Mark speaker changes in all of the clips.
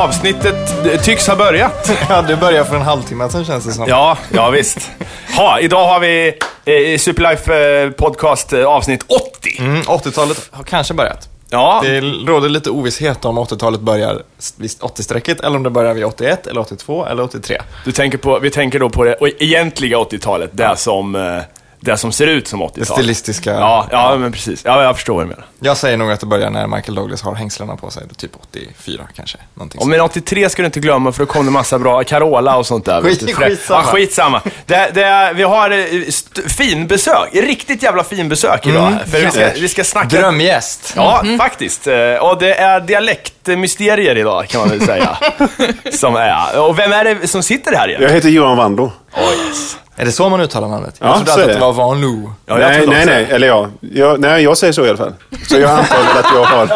Speaker 1: avsnittet tycks ha börjat.
Speaker 2: Ja, det börjar för en halvtimme sedan känns det som.
Speaker 1: Ja visst. Idag har vi Superlife podcast avsnitt 80.
Speaker 2: 80-talet har kanske börjat.
Speaker 1: Ja.
Speaker 2: Det råder lite ovisshet om 80-talet börjar vid 80-strecket eller om det börjar vid 81 eller 82 eller 83.
Speaker 1: Vi tänker då på det egentliga 80-talet, det som ser ut som 80-talet.
Speaker 2: Det stilistiska.
Speaker 1: Ja, men precis. Ja, jag förstår vad du menar.
Speaker 2: Jag säger nog att det börjar när Michael Douglas har hängslarna på sig, typ 84 kanske.
Speaker 1: Men 83 ska du inte glömma, för då kom det massa bra Carola och sånt där.
Speaker 2: Skitsamma.
Speaker 1: Ja, skitsamma. Vi har fin besök, riktigt jävla fin besök idag. För vi ska snacka.
Speaker 2: Drömgäst.
Speaker 1: Ja, faktiskt. Och det är dialektmysterier idag, kan man väl säga. som är. Och vem är det som sitter här igen?
Speaker 3: Jag heter Johan Wando.
Speaker 1: Yes.
Speaker 2: Är det så man uttalar namnet?
Speaker 3: Ja,
Speaker 2: jag trodde alltid att det var Van Loo.
Speaker 1: Ja,
Speaker 3: nej. Eller jag säger så i alla fall. Så jag antar att jag har...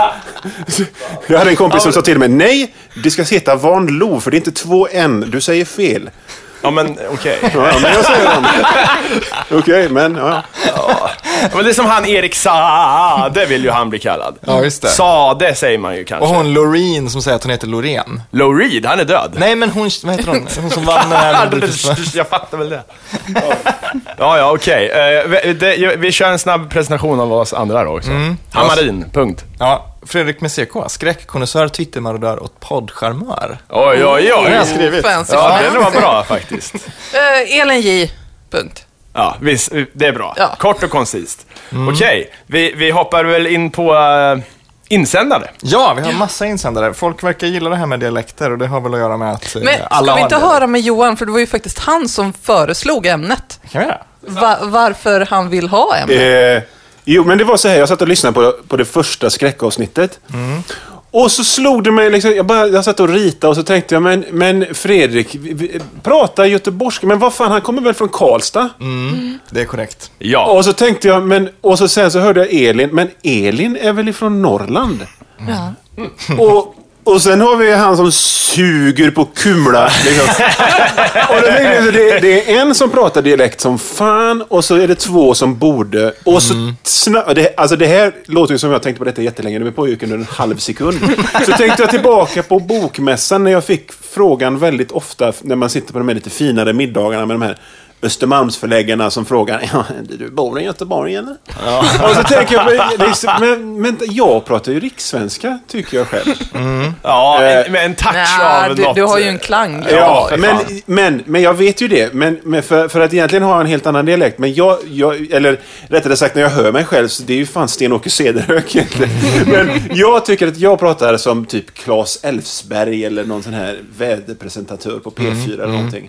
Speaker 3: Jag hade en kompis som sa till mig: nej, det ska heta Van Loo, för det är inte 2 N. Du säger fel.
Speaker 1: Ja, men okej.
Speaker 3: Ja, men jag säger okej, men ja.
Speaker 1: Men det är som han Erik Saade vill ju han bli kallad.
Speaker 2: Ja, just det.
Speaker 1: Saade säger man ju kanske.
Speaker 2: Och hon Loreen som säger att hon heter Loreen.
Speaker 1: Lou Reed, han är död.
Speaker 2: Nej, men hon, vad heter hon? Hon som vann
Speaker 1: Jag fattar väl det. Ja, okej. Vi kör en snabb presentation av oss andra då också. Hamarin, punkt.
Speaker 2: Ja, Fredrik med CK, skräckkonnässör, twittermarodör och poddcharmör.
Speaker 1: Oj.
Speaker 2: Det har jag skrivit.
Speaker 1: Ja, det var bra faktiskt.
Speaker 4: Elin J. Punkt.
Speaker 1: Ja, visst, det är bra.
Speaker 4: Ja.
Speaker 1: Kort och koncist. Okej, vi hoppar väl in på insändare.
Speaker 2: Ja, vi har massa insändare. Folk verkar gilla det här med dialekter, och det har väl att göra med att
Speaker 4: Men
Speaker 2: alla
Speaker 4: ska vi
Speaker 2: har
Speaker 4: inte
Speaker 2: det.
Speaker 4: höra med Johan, för det var ju faktiskt han som föreslog ämnet.
Speaker 2: Kan vi göra?
Speaker 4: Varför han vill ha ämnet.
Speaker 3: Jo, men det var så här, jag satt och lyssnade på det första skräckavsnittet. Och så slog det mig liksom, jag satt och ritade och så tänkte jag, men Fredrik pratar göteborgska, men vad fan, han kommer väl från Karlstad?
Speaker 2: Det är korrekt.
Speaker 1: Ja.
Speaker 3: Och så tänkte jag, och sen så hörde jag Elin, men Elin är väl ifrån Norrland?
Speaker 4: Ja.
Speaker 3: Och sen har vi han som suger på Kumla. Liksom. Och det är en som pratar dialekt som fan, och så är det 2 som borde. Och så det här låter ju som jag tänkte på detta jättelänge. Det pågick under en halv sekund. Så tänkte jag tillbaka på bokmässan när jag fick frågan väldigt ofta när man sitter på de här lite finare middagarna med de här Östermalmsförläggarna som frågar: ja, du bor i Göteborg eller? Ja. Och så tänker jag, men jag pratar ju rikssvenska, tycker jag själv.
Speaker 1: Ja, med en touch av något.
Speaker 4: Du har ju en klang.
Speaker 3: Ja, men jag vet ju det. Men för att egentligen ha en helt annan dialekt. Men jag eller rättare sagt, när jag hör mig själv, så det är ju fan Sten-Åke Cederhök egentligen. Men jag tycker att jag pratar som typ Claes Elfsberg eller någon sån här väderpresentatör på P4 eller någonting.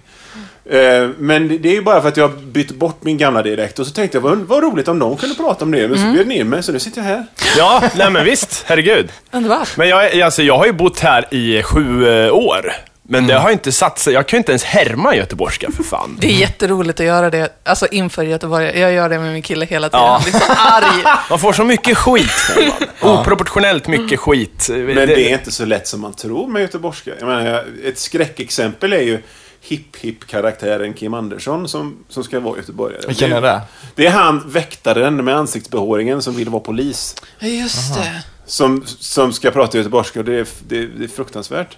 Speaker 3: Men det är ju bara för att jag bytt bort min gamla dialekt. Och så tänkte jag, vad roligt om någon kunde prata om det. Men så bjöd ni in mig, så nu sitter jag här.
Speaker 1: Ja, nej men visst, herregud.
Speaker 4: Underbart.
Speaker 1: Men jag har ju bott här i 7 år. Men det har inte satt sig. Jag kan ju inte ens härma göteborgska, för fan.
Speaker 4: Det är jätteroligt att göra det, alltså inför Göteborg. Jag gör det med min kille hela tiden.
Speaker 1: Ja.
Speaker 4: Han blir så arg.
Speaker 1: Man får så mycket skit, oproportionellt mycket skit.
Speaker 3: Men det är inte så lätt som man tror med göteborgska. Jag menar, ett skräckexempel är ju hipp-hipp-karaktären Kim Andersson som ska vara göteborgare.
Speaker 2: Vilken är det?
Speaker 3: Det är han, väktaren med ansiktsbehåringen, som vill vara polis.
Speaker 4: Ja, just det.
Speaker 3: Som ska prata göteborgska, och det är fruktansvärt.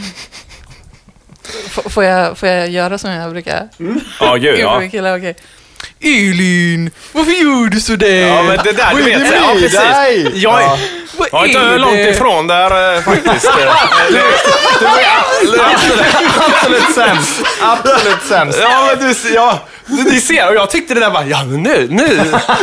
Speaker 4: Får jag göra som jag brukar?
Speaker 1: Ja, gud, ja.
Speaker 4: Okay. Elin, varför gör du så där?
Speaker 1: Ja, men det där, du vet. Ja, precis. Jag är inte långt ifrån där faktiskt.
Speaker 2: Det var absolut sämst. Absolut sämst.
Speaker 1: Ja, men du ser, och jag tyckte det där var, ja, men nu.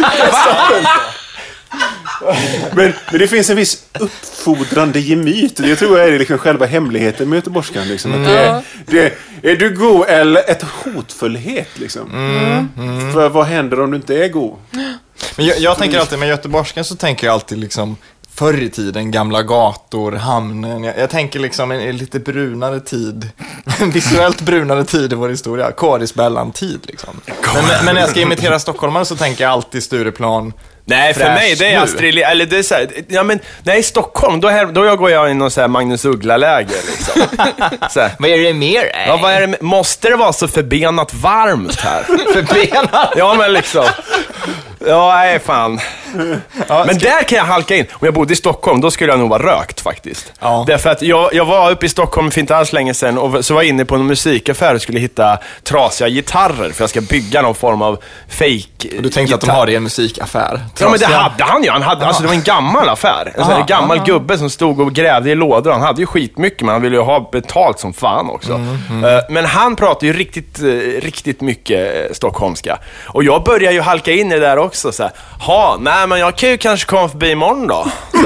Speaker 3: Men det finns en viss uppfordrande gemyt. Det tror jag är liksom själva hemligheten med göteborgskan. Liksom. Är du god eller ett hotfullhet? Liksom. För vad händer om du inte är god?
Speaker 2: Men jag tänker alltid, med göteborgskan så tänker jag alltid liksom förr i tiden, gamla gator, hamnen. Jag tänker liksom en lite brunare tid. En visuellt brunare tid i vår historia. Kårisbällan-tid liksom. Men när jag ska imitera stockholmare så tänker jag alltid Stureplan.
Speaker 1: Nej, för mig det är Astrid, eller det är så här, ja men nej, Stockholm, då går jag in någon så här Magnus Uggla-läge liksom. Så här.
Speaker 2: Vad är det mer?
Speaker 1: Ja, vad är det, måste det vara så förbenat varmt här?
Speaker 2: Förbenat?
Speaker 1: Ja, men liksom. Ja, nej fan. Men där kan jag halka in. Om jag bodde i Stockholm, då skulle jag nog vara rökt faktiskt.
Speaker 2: Ja.
Speaker 1: Därför att jag var uppe i Stockholm för inte alls länge sedan och så var jag inne på en musikaffär och skulle hitta trasiga gitarrer för jag ska bygga någon form av fake.
Speaker 2: Och du tänkte att de har det i en musikaffär?
Speaker 1: Ja, men det hade han ju. Alltså det var en gammal affär. En gammal gubbe som stod och grävde i lådor. Han hade ju skitmycket, men han ville ju ha betalt som fan också. Men han pratade ju riktigt mycket stockholmska. Och jag började ju halka in i det där också. Så här, nej men jag kan ju kanske komma förbi imorgon då.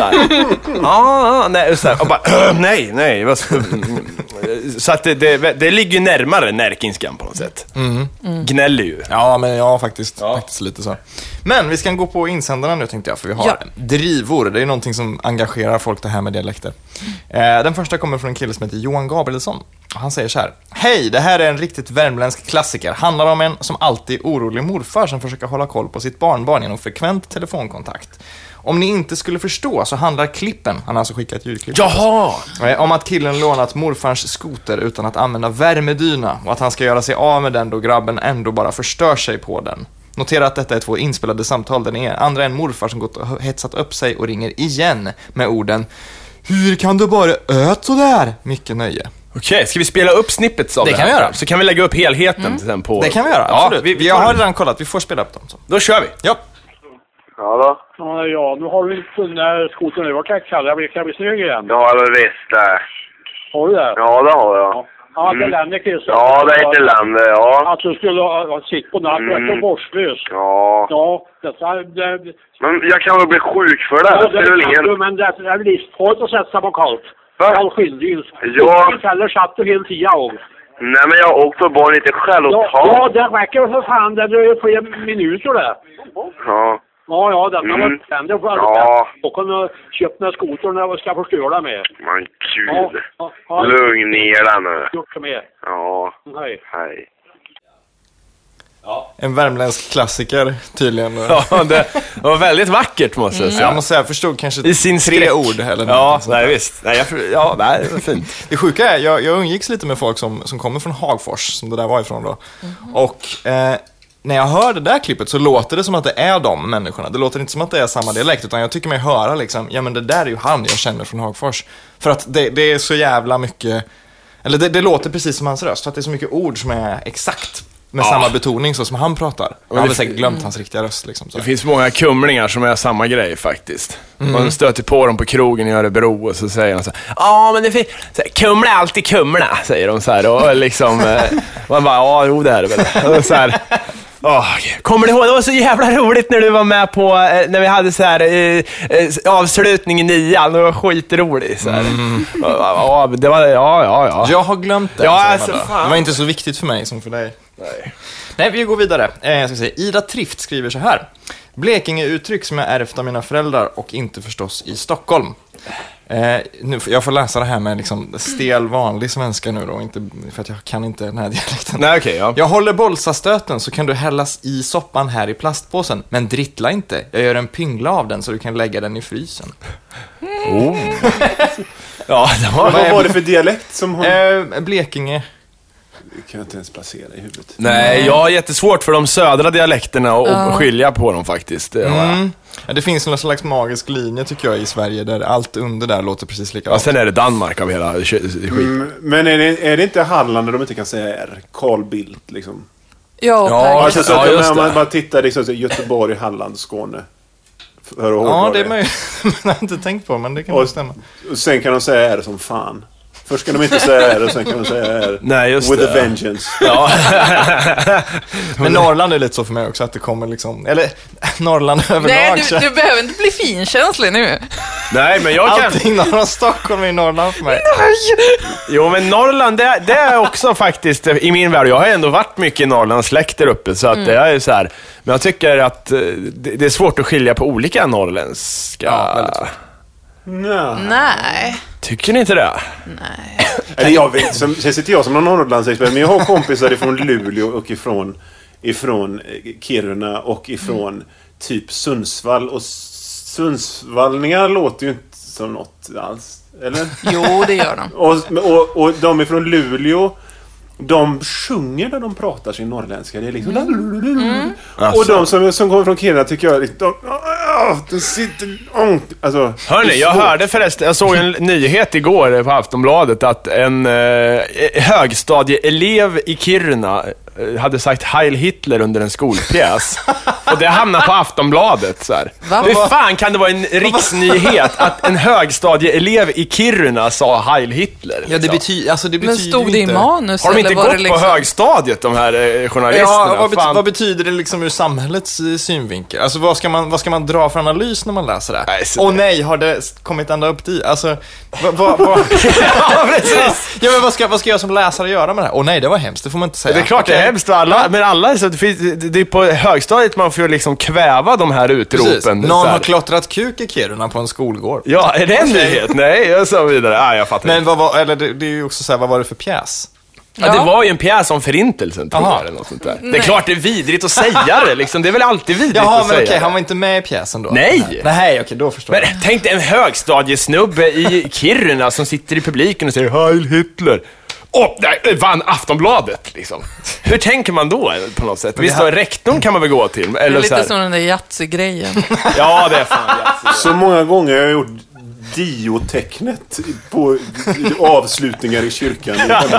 Speaker 1: Nej. Så här, och bara, nej. Så att det ligger ju närmare närkinskan på något sätt. Gnäller ju.
Speaker 2: Ja, men faktiskt lite så. Men vi ska gå på insändarna nu tänkte jag, för vi har drivor. Det är någonting som engagerar folk det här med dialekter. Den första kommer från en kille som heter Johan Gabrielsson. Han säger så här: hej, det här är en riktigt värmländsk klassiker. Handlar om en som alltid orolig morfar som försöker hålla koll på sitt barnbarn genom frekvent telefonkontakt. Om ni inte skulle förstå så handlar klippen, han har alltså skickat ett ljudklipp, om att killen lånat morfars skoter utan att använda värmedyna och att han ska göra sig av med den då grabben ändå bara förstör sig på den. Notera att detta är 2 inspelade samtal. Den andra är en morfar som gått och hetsat upp sig och ringer igen med orden: hur kan du bara så där? Mycket nöje.
Speaker 1: Okej, ska vi spela upp snippets av det?
Speaker 2: Det kan vi göra.
Speaker 1: Så kan vi lägga upp helheten sen på...
Speaker 2: Det kan vi göra, absolut. Jag har redan kollat, vi får spela upp dem. Så.
Speaker 1: Då kör vi.
Speaker 2: Ja.
Speaker 5: Ja,
Speaker 6: Nu har du den där skotern nu. Vad kan jag kalla det? Kan bli snygg igen?
Speaker 5: Ja, det visst det.
Speaker 6: Har du det?
Speaker 5: Ja, det har jag.
Speaker 6: Ja, det är Länne Christer.
Speaker 5: Ja, det är inte Länne, ja.
Speaker 6: Att du skulle ha sitt på natten och borslös.
Speaker 5: Ja.
Speaker 6: Ja,
Speaker 5: Men jag kan väl bli sjuk för det.
Speaker 6: Ja, det kan du, men det är livsfarligt att sätta sig på kallt. All skyldig.
Speaker 5: Ja.
Speaker 6: Eller satt du hela tiden av.
Speaker 5: Nej, men jag åkte bara lite själv och ta.
Speaker 6: Ja, det räcker för fan. Det dröjer flera minuter det.
Speaker 5: Ja.
Speaker 6: Ja, det kan vara tänder för att du kan köpa den skotern när vi ska förstöra med.
Speaker 5: Men gud. Lugn ner den nu.
Speaker 6: Gjort med.
Speaker 5: Ja.
Speaker 6: Hej.
Speaker 2: En värmländsk klassiker tydligen.
Speaker 1: Ja, det var väldigt vackert måste jag säga.
Speaker 2: Jag måste säga, jag förstod kanske
Speaker 1: i sin
Speaker 2: 3 ord eller
Speaker 1: något. Ja, nej, visst. Nej, det var fint.
Speaker 2: Det sjuka är, jag umgicks lite med folk som kommer från Hagfors, som det där var ifrån då. Och när jag hör det där klippet så låter det som att det är de människorna. Det låter inte som att det är samma dialekt, utan jag tycker mig höra liksom, ja men det där är ju han jag känner från Hagfors. För att det är så jävla mycket, eller det låter precis som hans röst, för att det är så mycket ord som är exakt med samma betoning så som han pratar. Jag har väl säkert glömt hans riktiga röst liksom.
Speaker 1: Det finns många kumlingar som är samma grej faktiskt. Man stöter på dem på krogen i Örebro och så säger de så här: men det finns kumla är alltid kumla, säger de så här, och liksom man bara, det är det väl. Och så här, kommer du ihåg, det var så jävla roligt när du var med på när vi hade så här avslutning i 9, det var skitroligt så här. Det var
Speaker 2: Jag har glömt det.
Speaker 1: Ja, alltså,
Speaker 2: det var inte så viktigt för mig som för dig. Nej, vi går vidare. Jag ska säga, Ida Trift skriver så här: Blekinge-uttryck som jag ärvt av mina föräldrar och inte förstås i Stockholm. Nu, jag får läsa det här med liksom stel vanlig svenska nu då, inte, för att jag kan inte den här dialekten.
Speaker 1: Nej, okay, ja.
Speaker 2: Jag håller bollsastöten så kan du hällas i soppan här i plastpåsen, men drittla inte. Jag gör en pingla av den så du kan lägga den i frysen.
Speaker 1: Ja,
Speaker 3: vad var det för dialekt som hon...
Speaker 2: Blekinge.
Speaker 3: Det kan jag inte ens placera i huvudet.
Speaker 1: Nej, jag har jättesvårt för de södra dialekterna och skilja på dem faktiskt.
Speaker 2: Ja, det finns någon slags magisk linje tycker jag i Sverige där allt under där låter precis likadant.
Speaker 1: Ja, sen är det Danmark av hela skit.
Speaker 3: Men är det inte Halland där de inte kan säga R? Carl Bildt liksom.
Speaker 4: Ja,
Speaker 3: alltså, så att om man bara tittar liksom, Göteborg, Halland, Skåne.
Speaker 2: Ja, det är möjligt. Jag har inte tänkt på, men det kan stämma.
Speaker 3: Och sen kan de säga R som fan. Först kan de inte säga R och sen kan de säga R.
Speaker 1: Nej, just
Speaker 3: with
Speaker 1: det.
Speaker 3: a vengeance.
Speaker 1: Ja.
Speaker 2: Men Norrland är lite så för mig också, att det kommer liksom... Eller Norrland överlag.
Speaker 4: Nej, du behöver inte bli finkänslig nu.
Speaker 1: Nej, men jag kan...
Speaker 2: Allting norr om Stockholm är Norrland för mig.
Speaker 1: Jo, men Norrland, det är också faktiskt i min värld. Jag har ändå varit mycket i Norrland, släkt där uppe, så att det är ju så här. Men jag tycker att det är svårt att skilja på olika norrländska.
Speaker 2: Ja, väldigt svårt.
Speaker 4: Nej.
Speaker 1: Tycker ni inte det?
Speaker 4: Nej.
Speaker 3: Eller jag vet, sen sitter jag som någon Norrlandsexpert, men jag har kompisar ifrån Luleå och ifrån Kiruna och ifrån typ Sundsvall. Och sundsvallningar låter ju inte som något alls, eller?
Speaker 4: Jo, det gör de.
Speaker 3: Och de ifrån Luleå, de sjunger när de pratar sin norrländska. Det är liksom... Och de som kommer från Kiruna tycker jag Den sitter... Alltså,
Speaker 1: Hörni, jag hörde förresten, jag såg en nyhet igår på Aftonbladet att en högstadieelev i Kiruna hade sagt Heil Hitler under en skolpjäs. Och det hamnade på Aftonbladet så här. Hur fan kan det vara en riksnyhet att en högstadieelev i Kiruna sa Heil Hitler?
Speaker 2: Ja, det betyder
Speaker 4: Men stod det i manus?
Speaker 1: Har de inte
Speaker 4: eller var
Speaker 1: gått
Speaker 4: det liksom...
Speaker 1: på högstadiet, de här journalisterna?
Speaker 2: Ja, vad betyder det liksom ur samhällets synvinkel? Alltså vad ska man dra för analys när man läser det? Nej, har det kommit ända upp dit? Alltså,
Speaker 1: Ja, precis.
Speaker 2: Ja, men vad ska jag som läsare göra med det här? Nej, det var hemskt, det får man inte säga.
Speaker 1: Det är klart det är hemskt, men alla så det är på högstadiet man får liksom kväva de här utropen.
Speaker 2: Precis. Någon har klottrat kuk i Kiruna på en skolgård.
Speaker 1: Ja, är det en nyhet? Nej, jag sa vidare. Jag fattar.
Speaker 2: Men det är ju också så här, vad var det för pjäs?
Speaker 1: Ja, det var ju en pjäs om förintelsen, tror jag, eller något sånt där. Det är klart det är vidrigt att säga det, liksom. Det är väl alltid vidrigt att säga.
Speaker 2: Jaha, men okej, han var inte med i pjäsen då?
Speaker 1: Nej!
Speaker 2: Nej, okej, då förstår jag.
Speaker 1: Men tänk dig en högstadiesnubbe i Kiruna som sitter i publiken och säger Heil Hitler. Nej, vann Aftonbladet, liksom. Hur tänker man då, på något sätt? Visst, rektorn kan man väl gå till? Eller
Speaker 4: det är lite
Speaker 1: så här.
Speaker 4: som den där Yatzy-grejen.
Speaker 1: Ja, det är fan Yatzy.
Speaker 3: Så många gånger har jag gjort Dio-tecknet på avslutningar i kyrkan.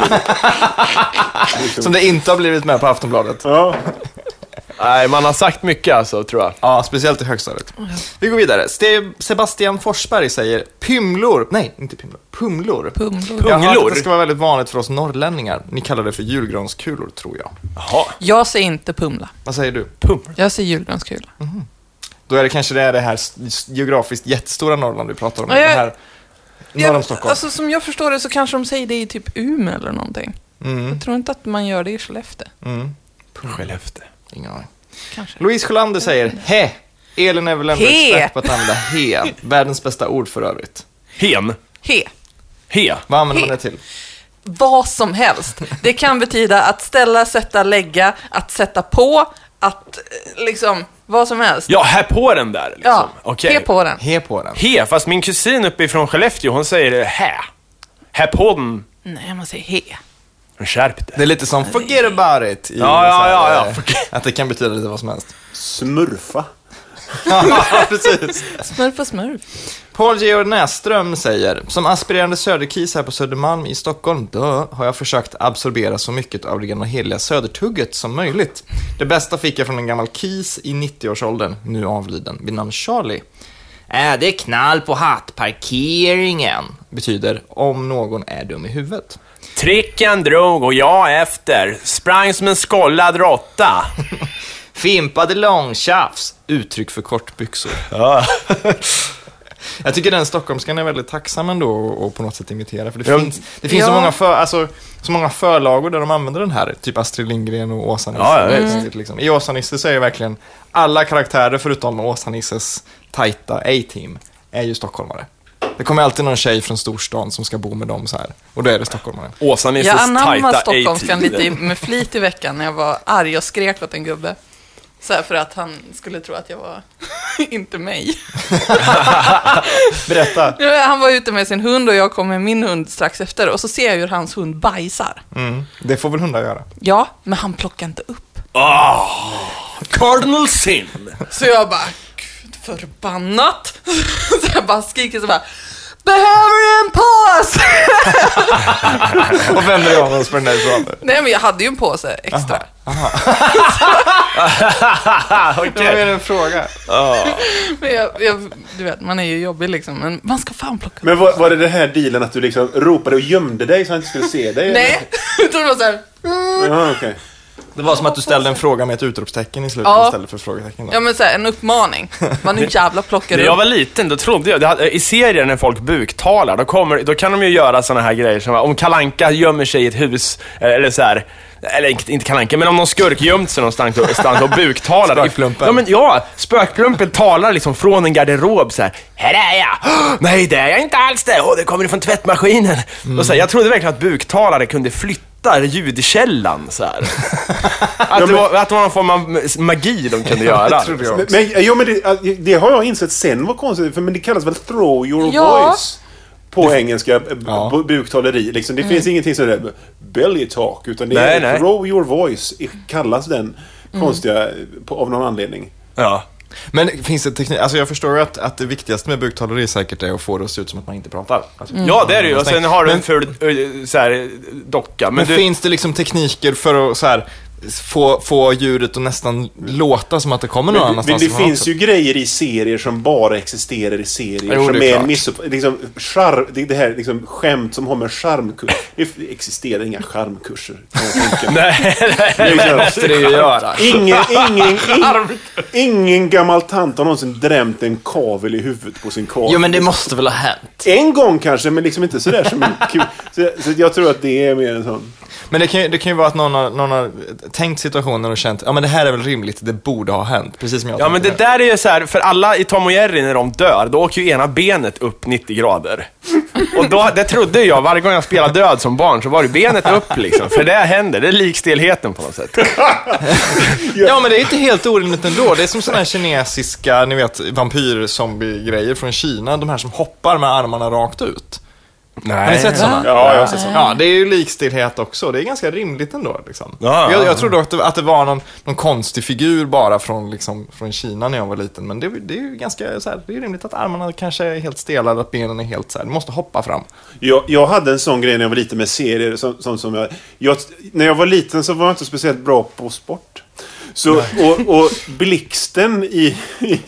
Speaker 2: Som det inte har blivit med på Aftonbladet.
Speaker 3: Ja.
Speaker 1: Nej, man har sagt mycket alltså, tror jag.
Speaker 2: Ja, speciellt i högstadiet. Vi går vidare. Sebastian Forsberg säger pumlor. Nej, inte pumlor. Pumlor. Jag har hört att det ska vara väldigt vanligt för oss norrlänningar. Ni kallar det för julgranskulor, tror jag.
Speaker 1: Jaha.
Speaker 4: Jag säger inte pumla.
Speaker 2: Vad säger du?
Speaker 4: Jag säger julgranskula.
Speaker 2: Då är det kanske det här geografiskt jättestora Norrland vi pratar om.
Speaker 4: Ja,
Speaker 2: det här norr om Stockholm.
Speaker 4: Alltså, som jag förstår det så kanske de säger det i typ Umeå eller någonting. Jag tror inte att man gör det i Skellefteå.
Speaker 1: Skellefteå.
Speaker 2: Ingen aning.
Speaker 4: Kanske.
Speaker 2: Louise Sjölander säger he. Elin är väl ändå expert på att använda he. Världens bästa ord för övrigt.
Speaker 1: Hen.
Speaker 4: He.
Speaker 2: Vad använder man det till?
Speaker 4: Vad som helst. Det kan betyda att ställa, sätta, lägga, att sätta på, att liksom, vad som helst.
Speaker 1: Ja, här på den där, liksom.
Speaker 4: Ja,
Speaker 1: Okej.
Speaker 4: he på den.
Speaker 2: He på den.
Speaker 1: He, fast min kusin uppe ifrån Skellefteå, hon säger här. Här på den.
Speaker 4: Nej, man säger he.
Speaker 1: Skärp det.
Speaker 2: Det är lite som forget about it.
Speaker 1: Ja.
Speaker 2: Att det kan betyda lite vad som helst.
Speaker 3: Smurfa.
Speaker 2: Ja, precis.
Speaker 4: Smurf och smurf.
Speaker 2: Paul Georg Näström säger: som aspirerande söderkis här på Södermalm i Stockholm, då har jag försökt absorbera så mycket av det gamla heliga södertugget som möjligt. Det bästa fick jag från en gammal kis i 90-årsåldern, nu avliden, vid namn Charlie. Det är knall på hattparkeringen, betyder om någon är dum i huvudet.
Speaker 1: Tricken drog och jag efter. Sprang som en skollad råtta.
Speaker 2: Fimpade långtjafs, uttryck för kortbyxor.
Speaker 1: Ja.
Speaker 2: Jag tycker den stockholmskan är väldigt tacksam ändå och på något sätt imitera. För det finns så många förlagor där de använder den här. Typ Astrid Lindgren och Åsa-Nisse. Liksom. I Åsa-Nisse så är verkligen alla karaktärer förutom Åsa-Nisses tajta A-team är ju stockholmare. Det kommer alltid någon tjej från storstan som ska bo med dem så här. Och då är det stockholmare.
Speaker 1: Åsa-Nisses
Speaker 4: Jag
Speaker 1: tajta
Speaker 4: anammade stockholmskan
Speaker 1: A-team.
Speaker 4: lite med flit i veckan när jag var arg och skrek åt en gubbe. Så här för att han skulle tro att jag var inte mig.
Speaker 2: Berätta.
Speaker 4: Han var ute med sin hund och jag kom med min hund strax efter. Och så ser jag hur hans hund bajsar.
Speaker 2: Det får väl hundar göra.
Speaker 4: Ja, men han plockar inte upp.
Speaker 1: Cardinal sin.
Speaker 4: Så jag bara, gud förbannat. Så jag bara skriker så bara, behöver du en påse?
Speaker 2: Och vänder jag oss på den där ifrån.
Speaker 4: Nej, men jag hade ju en påse extra.
Speaker 2: Det var en fråga.
Speaker 4: Men du vet, man är ju jobbig liksom. Men man ska fan plocka upp.
Speaker 3: Men var det här dealen att du liksom ropade och gömde dig så han inte skulle se dig?
Speaker 4: Nej, jag tror det var så här.
Speaker 3: Ja, okej.
Speaker 2: Det var som att du ställde en fråga med ett utropstecken i slutet istället för frågetecken.
Speaker 4: Ja, men så här, en uppmaning. Man nu jävla plockar
Speaker 1: När
Speaker 4: upp.
Speaker 1: jag var liten, då trodde jag i serier när folk buktalar, då kan de ju göra såna här grejer som om Kalle Anka gömmer sig i ett hus eller så här, eller inte Kalle Anka, men om någon skurk gömt sig någonstans och buktalar.
Speaker 2: Spökplumpen.
Speaker 1: Spökplumpen talar liksom från en garderob så här är jag. Nej, det är jag inte alls det. Det kommer från tvättmaskinen. Och så här, jag trodde verkligen att buktalare kunde flytta ljudkällan så här. Att det var någon form av magi de kunde göra.
Speaker 2: Det trodde jag också.
Speaker 3: Men det har jag insett sen var konstigt, men det kallas väl throw your voice på engelska, på buktaleri. Liksom. Det finns ingenting som är belly talk, utan det är throw your voice, kallas den konstiga av någon anledning.
Speaker 1: Ja.
Speaker 2: Men finns det teknik? Alltså jag förstår ju att det viktigaste med buktaleri säkert är att få det att se ut som att man inte pratar. Alltså,
Speaker 1: Ja, det är det ju. Och sen har du en ful så här, docka.
Speaker 2: Men finns det liksom tekniker för att så här, få djuret att nästan låta som att det kommer någon annanstans?
Speaker 3: Men det finns ju grejer i serier som bara existerar i serier.
Speaker 2: Jo,
Speaker 3: som
Speaker 2: det är
Speaker 3: är en liksom, det här liksom, skämt som har med charmkurs. Det existerar inga charmkurser.
Speaker 1: Nej,
Speaker 2: Det måste det ju göra.
Speaker 3: Ingen gammal tant har någonsin drämt en kavel i huvudet på sin kavel.
Speaker 2: Jo, men det måste väl ha hänt.
Speaker 3: En gång kanske, men liksom inte sådär som en kul. Så jag tror att det är mer en sån.
Speaker 2: Men det kan ju vara att någon har tänkt situationen och känt, ja men det här är väl rimligt, det borde ha hänt. Precis som jag
Speaker 1: Ja, men det där är ju så här, för alla i Tom och Jerry när de dör, då åker ju ena benet upp 90 grader. Och då, det trodde jag, varje gång jag spelade död som barn så var det benet upp liksom. För det händer, det är likstelheten på något sätt.
Speaker 2: Ja, men det är inte helt orimligt ändå. Det är som sådana här kinesiska, ni vet, vampyr-zombie-grejer från Kina. De här som hoppar med armarna rakt ut.
Speaker 1: Nej.
Speaker 2: Har ni sett sådana?
Speaker 3: Ja, jag har sett sådana.
Speaker 2: Ja, det är ju likstilhet också. Det är ganska rimligt ändå liksom.
Speaker 1: Ja.
Speaker 2: Jag trodde att det var någon konstig figur bara från Kina när jag var liten. Men det är ju ganska så här, det är rimligt att armarna kanske är helt stela, att benen är helt så här, du måste hoppa fram.
Speaker 3: Jag hade en sån grej när jag var liten med serier som jag när jag var liten så var jag inte speciellt bra på sport. Så, och Blixten i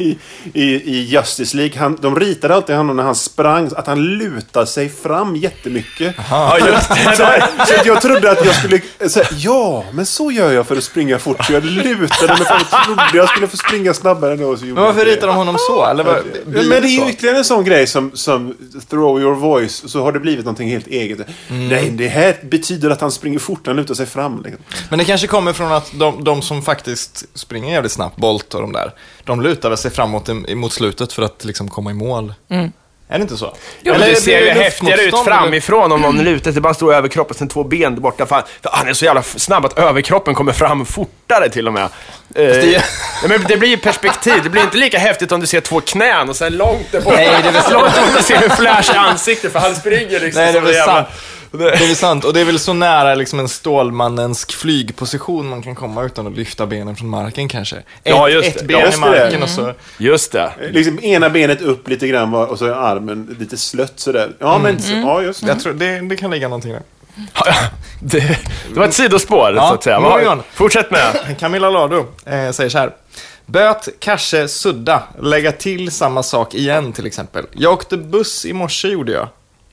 Speaker 3: Justice League, de ritade alltid honom när han sprang att han lutade sig fram jättemycket.
Speaker 1: Ja, just det.
Speaker 3: Så jag trodde att jag skulle säga, ja, men så gör jag för att springa fort. Så jag lutade mig fram och trodde jag skulle få springa snabbare än då.
Speaker 2: Men varför ritar de honom så? Eller
Speaker 3: men det är ju ytterligare en sån grej som throw your voice, så har det blivit någonting helt eget. Nej, det här betyder att han springer fort, han lutar sig fram. Liksom.
Speaker 2: Men det kanske kommer från att de som faktiskt springer jävligt snabbt, Bolt och de lutar sig framåt mot slutet för att liksom komma i mål. Är det inte så?
Speaker 1: Jo, men det ser ju häftigare ut framifrån om någon lutar sig bara står över kroppen sen två ben där borta. För han är så jävla snabb att överkroppen kommer fram fortare till och med. Men det blir ju perspektiv. Det blir inte lika häftigt om du ser två knän och sen långt där borta.
Speaker 2: Nej, det är väl
Speaker 1: långt bort att se hur flash i ansiktet för han springer liksom.
Speaker 2: Nej, det är väl
Speaker 1: jävla...
Speaker 2: sant. Det är väl sant, och det är väl så nära liksom en stålmannensk flygposition man kan komma utan att lyfta benen från marken kanske. Ett ben i marken och så...
Speaker 1: Just det.
Speaker 3: Liksom ena benet upp lite grann och så är armen lite slött sådär. Ja, men ja, just det.
Speaker 2: Jag tror det kan ligga någonting där.
Speaker 1: Det var ett sidospår, så att säga. Fortsätt med.
Speaker 2: Camilla Lado säger så här: böt, kanske, sudda, lägga till samma sak igen till exempel. Jag åkte buss i morse, gjorde jag.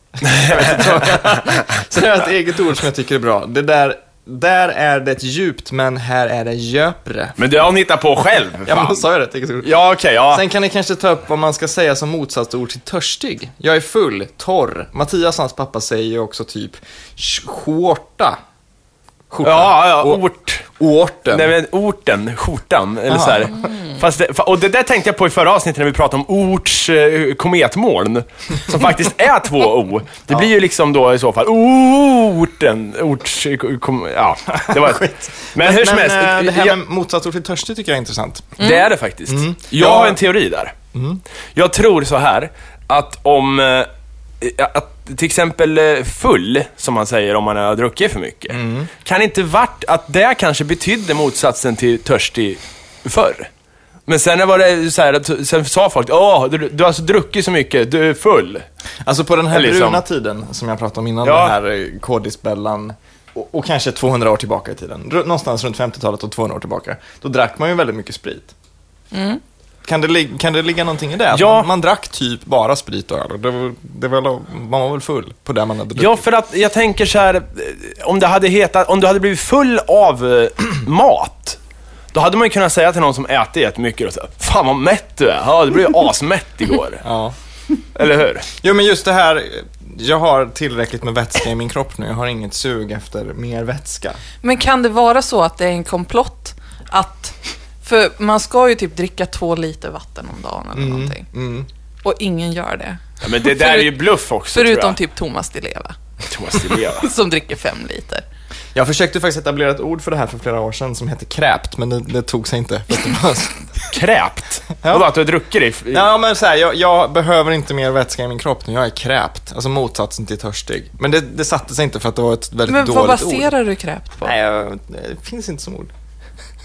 Speaker 2: Så det är ett eget ord som jag tycker är bra. Det där är det djupt, men här är det djöpre.
Speaker 1: Men det har ni hittat på själv.
Speaker 2: Ja, men sa jag det, eget ord.
Speaker 1: Ja, okej, ja.
Speaker 2: Sen kan ni kanske ta upp vad man ska säga som motsatsord till törstig. Jag är full, torr. Mattias, hans pappa, säger ju också typ skjorta.
Speaker 1: Ja, orten. Nej, men skjortan, eller så här. Fast och det där tänkte jag på i förra avsnittet när vi pratade om orts kometmoln, som faktiskt är 2 O. Det blir ju liksom då i så fall ja, det var skit. Men hur som helst,
Speaker 2: det här med motsatsord till törstig tycker jag är intressant.
Speaker 1: Det är det faktiskt. Jag har en teori där. Jag tror så här att om att till exempel full, som man säger om man har druckit för mycket, kan inte vart att det kanske betydde motsatsen till törstig förr. Men sen var det så här att sen sa folk, du har alltså druckit så mycket, du är full.
Speaker 2: Alltså på den här
Speaker 1: liksom
Speaker 2: bruna tiden som jag pratade om innan, den här kodisbällan och kanske 200 år tillbaka i tiden, någonstans runt 50-talet och 200 år tillbaka, då drack man ju väldigt mycket sprit. Kan det ligga någonting i det?
Speaker 1: Ja.
Speaker 2: Man drack typ bara sprit och öl. Man var väl full på det man hade druckit.
Speaker 1: Ja, för att jag tänker så här, om du hade blivit full av mat, då hade man ju kunnat säga till någon som äter jättemycket och så, fan vad mätt du är. Ja, det blev ju asmätt igår.
Speaker 2: Ja.
Speaker 1: Eller hur?
Speaker 2: Jo, men just det här, jag har tillräckligt med vätska i min kropp nu. Jag har inget sug efter mer vätska.
Speaker 4: Men kan det vara så att det är en komplott att... För man ska ju typ dricka 2 liter vatten om dagen eller någonting. Och ingen gör det.
Speaker 1: Ja, men det där är ju bluff också,
Speaker 4: förutom typ Thomas Di Leva. Som dricker 5 liter.
Speaker 2: Jag försökte faktiskt etablera ett ord för det här för flera år sedan som heter kräpt, men det tog sig inte.
Speaker 1: Kräpt?
Speaker 2: Ja.
Speaker 1: Vadå, att du har druckit det?
Speaker 2: Ja, men så här, jag behöver inte mer vätska i min kropp nu. Jag är kräpt. Alltså motsatsen till törstig. Men det satte sig inte för att det var ett väldigt dåligt ord.
Speaker 4: Men vad baserar du kräpt på?
Speaker 2: Nej, det finns inte som ord.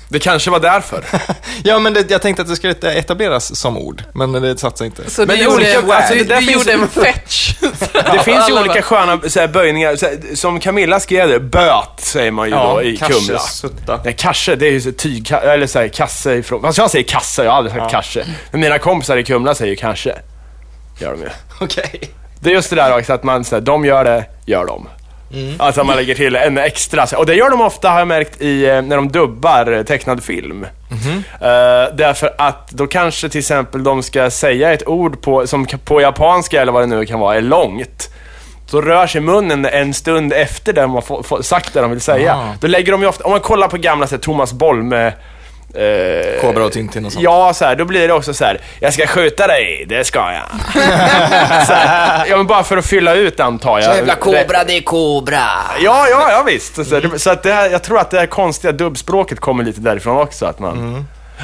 Speaker 1: Det kanske var därför.
Speaker 2: Ja, men jag tänkte att det skulle etableras som ord, men det satsar inte.
Speaker 4: Så
Speaker 1: Men
Speaker 4: du
Speaker 1: det är olika-
Speaker 4: gjorde,
Speaker 1: alltså,
Speaker 4: du
Speaker 1: där finns-
Speaker 4: gjorde en fetch.
Speaker 1: Det finns ju olika sköna så här, böjningar. Så här, som Camilla skrev det, böt säger man ju då i Kumla.
Speaker 2: Sutta.
Speaker 1: Nej, kasse, det är ju så tyg, eller så här, kasse ifrån. Alltså jag säger kasse, jag har aldrig sagt kasse. Men mina kompisar i Kumla säger kanske. Gör de ju.
Speaker 2: Okej.
Speaker 1: Det är just det där också att man säger, de gör det, gör de. Alltså man lägger till en extra. Och det gör de ofta, har jag märkt, när de dubbar tecknad film. Därför att då kanske till exempel de ska säga ett ord som på japanska eller vad det nu kan vara är långt. Så rör sig munnen en stund efter det de har sagt det de vill säga. Då lägger de ju ofta, om man kollar på gamla så här, Thomas Bolme,
Speaker 2: Kobra och Tintin och sånt.
Speaker 1: ja, så här, då blir det också så här: jag ska skjuta dig, det ska jag. Så här, ja, men bara för att fylla ut, antar jag.
Speaker 7: Jävla kobra, det är kobra.
Speaker 1: Ja, visst. Så att det här, jag tror att det här konstiga dubbspråket kommer lite därifrån också, att man...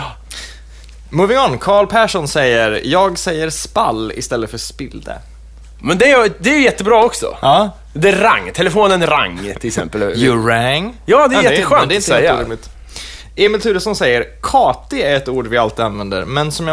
Speaker 2: Moving on, Carl Persson säger: jag säger spall istället för spilde.
Speaker 1: Men det är ju jättebra också.
Speaker 2: Ja.
Speaker 1: Det rang, telefonen rang till exempel.
Speaker 2: You rang.
Speaker 1: Ja, det är jätteskönt
Speaker 2: men det är
Speaker 1: att
Speaker 2: inte helt
Speaker 1: säga.
Speaker 2: orimligt. Emil Turesson säger: kati är ett ord vi alltid använder, men som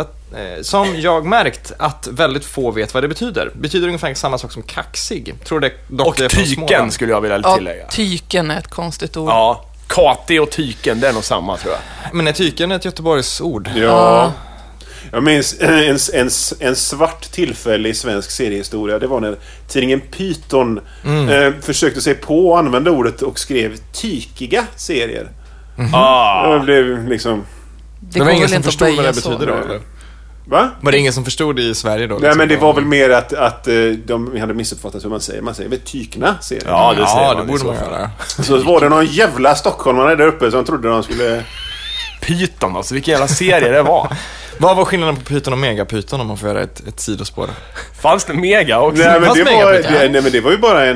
Speaker 2: jag märkt att väldigt få vet vad det betyder. Betyder ungefär samma sak som kaxig. Tror det dock
Speaker 1: Och
Speaker 2: det är från
Speaker 1: tyken
Speaker 2: Småland.
Speaker 1: skulle jag vilja
Speaker 4: Ja,
Speaker 1: tillägga.
Speaker 4: tyken är ett konstigt ord.
Speaker 1: Ja, kati och tyken, det är nog samma, tror jag.
Speaker 2: Men är tyken ett Göteborgsord?
Speaker 3: Ja. Jag minns en svart tillfälle i svensk seriehistoria. Det var när tidningen Python försökte sig på att använda ordet och skrev tykiga serier. Det blev liksom...
Speaker 2: Det var ingen som förstod vad det betyder då,
Speaker 3: Nej.
Speaker 2: eller?
Speaker 3: Va?
Speaker 2: Var det ingen som förstod det i Sverige då?
Speaker 3: Nej, men det var väl mer att de hade missuppfattat hur man säger. Man säger väl tykna serier.
Speaker 1: Ja, det säger
Speaker 2: det
Speaker 1: man i
Speaker 2: borde
Speaker 1: så
Speaker 2: man
Speaker 1: fall.
Speaker 2: göra.
Speaker 3: Så var det någon jävla stockholmare där uppe som trodde de skulle...
Speaker 1: Python, alltså vilken jävla serie det var.
Speaker 2: Vad var skillnaden på Python och Megapython, om man får göra ett sidospår?
Speaker 1: Fanns det mega också?
Speaker 3: Nej, men
Speaker 2: Fast
Speaker 3: det var ju bara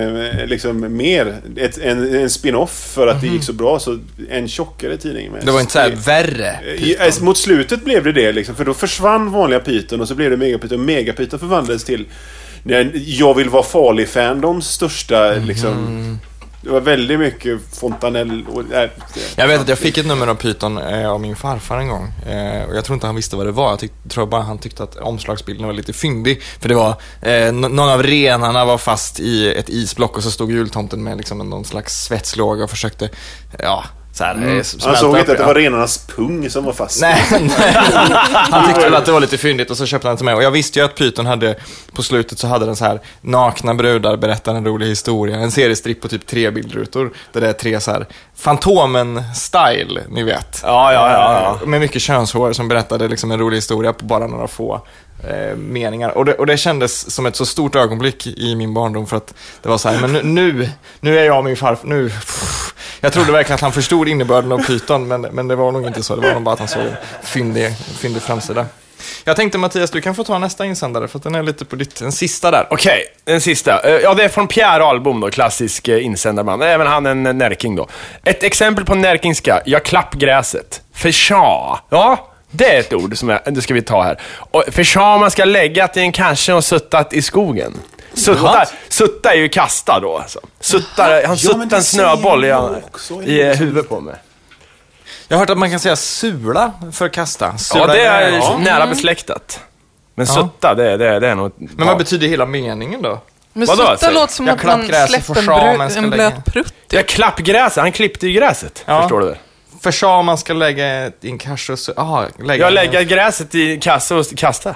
Speaker 3: en spin-off för att det gick så bra, så en tjockare tidning med.
Speaker 2: Det var inte så här värre.
Speaker 3: Mot slutet blev det liksom, för då försvann vanliga Python och så blev det Megapython. Megapython förvandlades till jag vill vara farlig fandoms största liksom. Det var väldigt mycket Fontanell och,
Speaker 2: Jag vet att jag fick ett nummer av Python av min farfar en gång. Och jag tror inte han visste vad det var. Jag tror bara han tyckte att omslagsbilden var lite fyndig. För det var någon av renarna var fast i ett isblock och så stod jultomten med liksom någon slags svetslåga och försökte så här,
Speaker 3: han såg inte att det var renarnas pung som var fast.
Speaker 2: Nej. Han tyckte väl att det var lite fyndigt och så köpte han till mig. Och jag visste ju att Python hade, på slutet så hade den så här: nakna brudar berättar en rolig historia. En seriestripp på typ 3 bildrutor. Där det är 3 så här Fantomen-style, ni vet.
Speaker 1: Ja.
Speaker 2: Med mycket könshår som berättade liksom en rolig historia på bara några få meningar. Och det kändes som ett så stort ögonblick i min barndom, för att det var så här: men nu är jag min farfar. Jag trodde verkligen att han förstod innebörden av Python, men det var nog inte så. Det var nog bara att han såg en fyndig framsida. Jag tänkte, Mattias, du kan få ta nästa insändare, för att den är lite på den sista där.
Speaker 1: Okej, den sista. Ja, det är från Pierre Ahlbom då, klassisk insändarman. Även han en närking då. Ett exempel på närkingska: jag klappgräset. Försja. Ja, det är ett ord som det ska vi ta här. Och försja, man ska lägga till en kasse och suttat i skogen. Sutta är ju kasta då alltså. Han suttar en snöboll i huvudet på mig.
Speaker 2: Jag har hört att man kan säga sula för kasta.
Speaker 1: Ja, det är nära besläktat. Men sutta, det är nog...
Speaker 2: Men vad betyder hela meningen då?
Speaker 4: Men
Speaker 1: Vadå,
Speaker 4: sutta
Speaker 1: säger?
Speaker 4: låter som
Speaker 2: Jag
Speaker 4: att man
Speaker 2: klappgräset
Speaker 4: släpper
Speaker 2: får man ska
Speaker 4: en
Speaker 2: lägga.
Speaker 4: blöt prutt.
Speaker 1: Ja, klappgräset. Han klippte ju gräset.
Speaker 2: Ja.
Speaker 1: Förstår du det?
Speaker 2: Försja, man ska lägga i en kasse och
Speaker 1: Jag lägger gräset i kasse och kasta.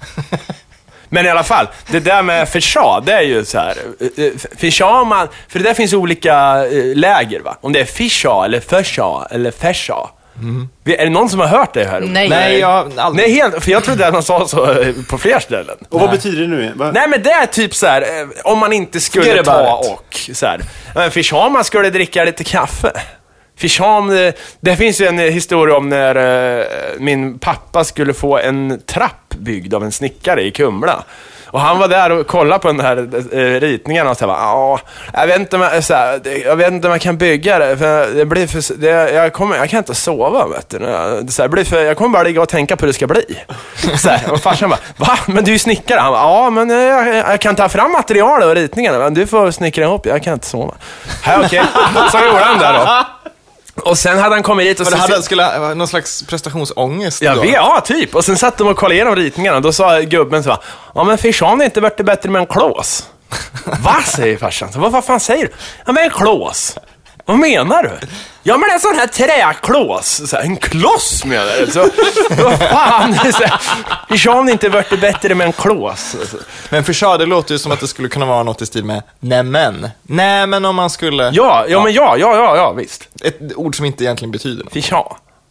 Speaker 1: Men i alla fall, det där med försja, det är ju så här. Försja man... För det där finns olika läger, va? Om det är försja eller försja eller försja. Är det någon som har hört det här?
Speaker 4: Nej.
Speaker 2: jag aldrig.
Speaker 1: Nej, helt, för jag trodde att man sa så på fler ställen.
Speaker 3: Och vad betyder det nu?
Speaker 1: Nej, men det är typ så här, om man inte skulle ta och så här. Men för man skulle dricka lite kaffe. För det finns ju en historia om när min pappa skulle få en trapp byggd av en snickare i Kumla. Och han var där och kollade på den här ritningen och sa, jag vet inte om jag kan bygga det, för det blir för jag kan inte sova, vet du. Jag kommer bara ligga och tänka på hur det ska bli. Så här, och farsan bara, va? Men du är snickare. Han bara, men jag kan ta fram material och ritningarna, men du får snickra ihop, jag kan inte sova. Okej. Så gjorde han där då. Och sen hade han kommit dit och
Speaker 2: skulle någon slags prestationsångest då?
Speaker 1: Ja, typ. Och sen satt de och kollade igenom ritningarna och då sa gubben så ja men Fischan inte varit det bättre med en klås. Vad säger farsan? Så, vad fan säger du? Ja men en klås. Vad menar du? Ja men en sån här träklås. Så här, en kloss menar du? Så, vad fan? Fischan inte varit det bättre med en klås.
Speaker 2: Men Fischan, det låter ju som att det skulle kunna vara något i stil med nämen om man skulle...
Speaker 1: Ja, visst.
Speaker 2: Ett ord som inte egentligen betyder något.
Speaker 1: Fischan.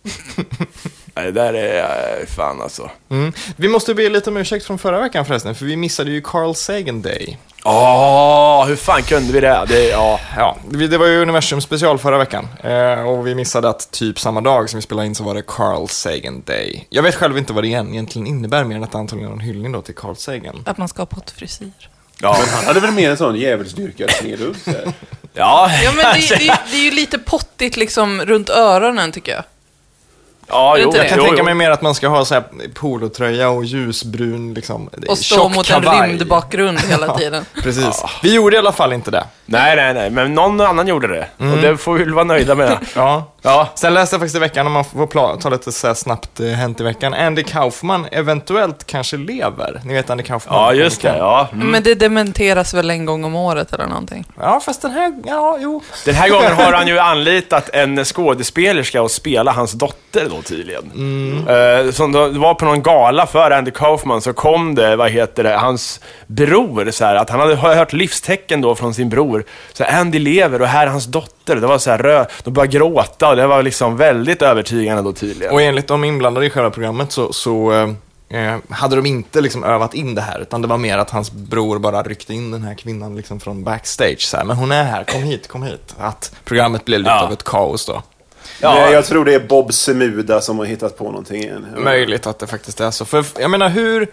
Speaker 1: Det där är fan alltså.
Speaker 2: Vi måste be lite om ursäkt från förra veckan förresten, för vi missade ju Carl Sagan Day.
Speaker 1: Hur fan kunde vi det?
Speaker 2: Det var ju Universum special förra veckan. Och vi missade att typ samma dag som vi spelade in så var det Carl Sagan Day. Jag vet själv inte vad det egentligen innebär, mer än att antagligen en hyllning då till Carl Sagan.
Speaker 4: Att man ska ha pottfrisyr.
Speaker 3: Ja, men han hade väl mer en sån djävulsdyrkare snedug.
Speaker 4: Ja, men det är ju lite pottigt liksom runt öronen tycker jag.
Speaker 1: Ja,
Speaker 2: jag kan tänka mig mer att man ska ha så här polotröja och ljusbrun liksom,
Speaker 4: och stå mot en rymdbakgrund hela tiden.
Speaker 2: Precis. Vi gjorde i alla fall inte det.
Speaker 1: Nej, men någon annan gjorde det. Och det får vi väl vara nöjda med.
Speaker 2: Ja. Sen läste jag faktiskt i veckan, om man får ta lite så här snabbt hänt i veckan. Andy Kaufman eventuellt kanske lever. Ni vet Andy Kaufman.
Speaker 1: Ja, just det. Ja.
Speaker 4: Men det dementeras väl en gång om året eller någonting.
Speaker 2: Ja, fast den här,
Speaker 1: Den här gången har han ju anlitat en skådespelerska att spela hans dotter då tydligen. Som det var på någon gala för Andy Kaufman, så kom det, hans bror så här, att han hade hört livstecken då från sin bror. Så Andy lever och här är hans dotter. Det var så här de började gråta och det var liksom väldigt övertygande då tydligen.
Speaker 2: Och enligt de inblandade i själva programmet så hade de inte liksom övat in det här, utan det var mer att hans bror bara ryckte in den här kvinnan liksom från backstage så här, men hon är här, kom hit. Att programmet blev lite av ett kaos då.
Speaker 3: Ja. Jag tror det är Bob Semuda som har hittat på någonting igen.
Speaker 2: Möjligt att det faktiskt är så. För jag menar,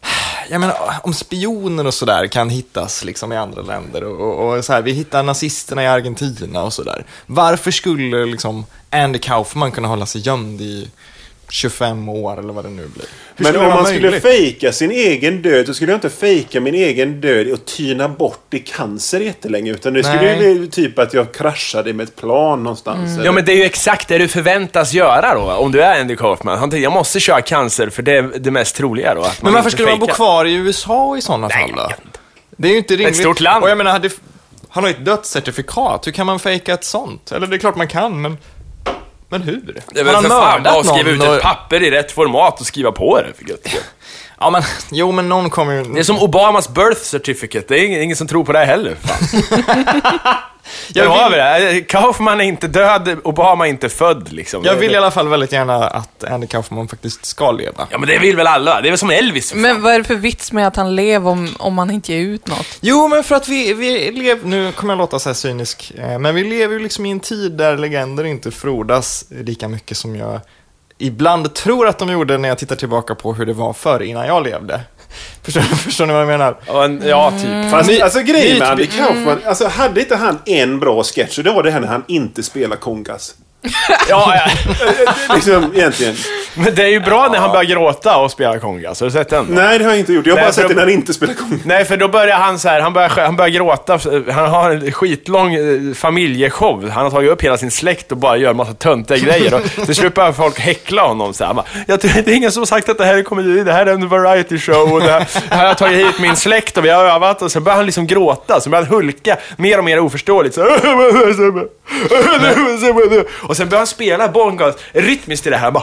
Speaker 2: om spioner och sådär kan hittas liksom i andra länder och så här, vi hittar nazisterna i Argentina och sådär. Varför skulle liksom Andy Kaufman kunna hålla sig gömd i 25 år eller vad det nu blir?
Speaker 3: Men om man skulle fejka sin egen död, så skulle jag inte fejka min egen död och tyna bort i cancer jättelänge, utan det skulle ju typ att jag kraschade med ett plan någonstans.
Speaker 1: Ja, men det är ju exakt det du förväntas göra då, om du är Andy Kaufman. Han tänkte, jag måste köra cancer för det är det mest troliga då. Att
Speaker 2: men varför skulle man bo kvar i USA i sådana fall då? Det är ju inte rimligt.
Speaker 1: Ett stort land.
Speaker 2: Och jag menar, han har ju ett dödscertifikat. Hur kan man fejka ett sånt? Eller det är klart man kan, men hur?
Speaker 1: Det är väl för fan bara att skriva ut ett papper i rätt format och skriva på det, för gött.
Speaker 2: Ja, men någon kommer ju...
Speaker 1: Det är som Obamas birth certificate. Det är ingen som tror på det här heller. Kaufman är inte död, Obama är inte född liksom.
Speaker 2: Jag vill i alla fall väldigt gärna att Andy Kaufman faktiskt ska leva.
Speaker 1: Ja, men det vill väl alla. Det är väl som Elvis.
Speaker 4: Men vad är det för vits med att han lever om man inte ger ut något?
Speaker 2: Jo, men för att vi lever... Nu kommer jag låta så här cynisk, men vi lever ju liksom i en tid där legender inte frodas lika mycket som jag ibland tror att de gjorde när jag tittar tillbaka på hur det var förr innan jag levde. Förstår ni vad jag menar?
Speaker 1: Ja, typ.
Speaker 3: Fast alltså grejen med Andy Kaufman, alltså hade inte han en bra sketch, och det var det här när han inte spelar kongas.
Speaker 1: Ja.
Speaker 3: Liksom, egentligen.
Speaker 1: Men det är ju bra när han börjar gråta och spela kongas. Har du sett den?
Speaker 3: Nej, det har jag inte gjort. Jag har bara sett det när han inte spelar kongas.
Speaker 1: Nej, för då börjar han så här, han börjar gråta. Han har en skitlång familjeshow. Han har tagit upp hela sin släkt och bara gör en massa töntiga grejer. Och till slut börjar folk häckla honom så här. Jag tror det är ingen som har sagt att det här är komedi, det här är en variety show. Och det här har jag tagit hit min släkt och vi har övat. Och sen börjar han liksom gråta. Så börjar han hulka mer och mer oförståeligt. Så och sen börjar han spela bongas rytmiskt i det här.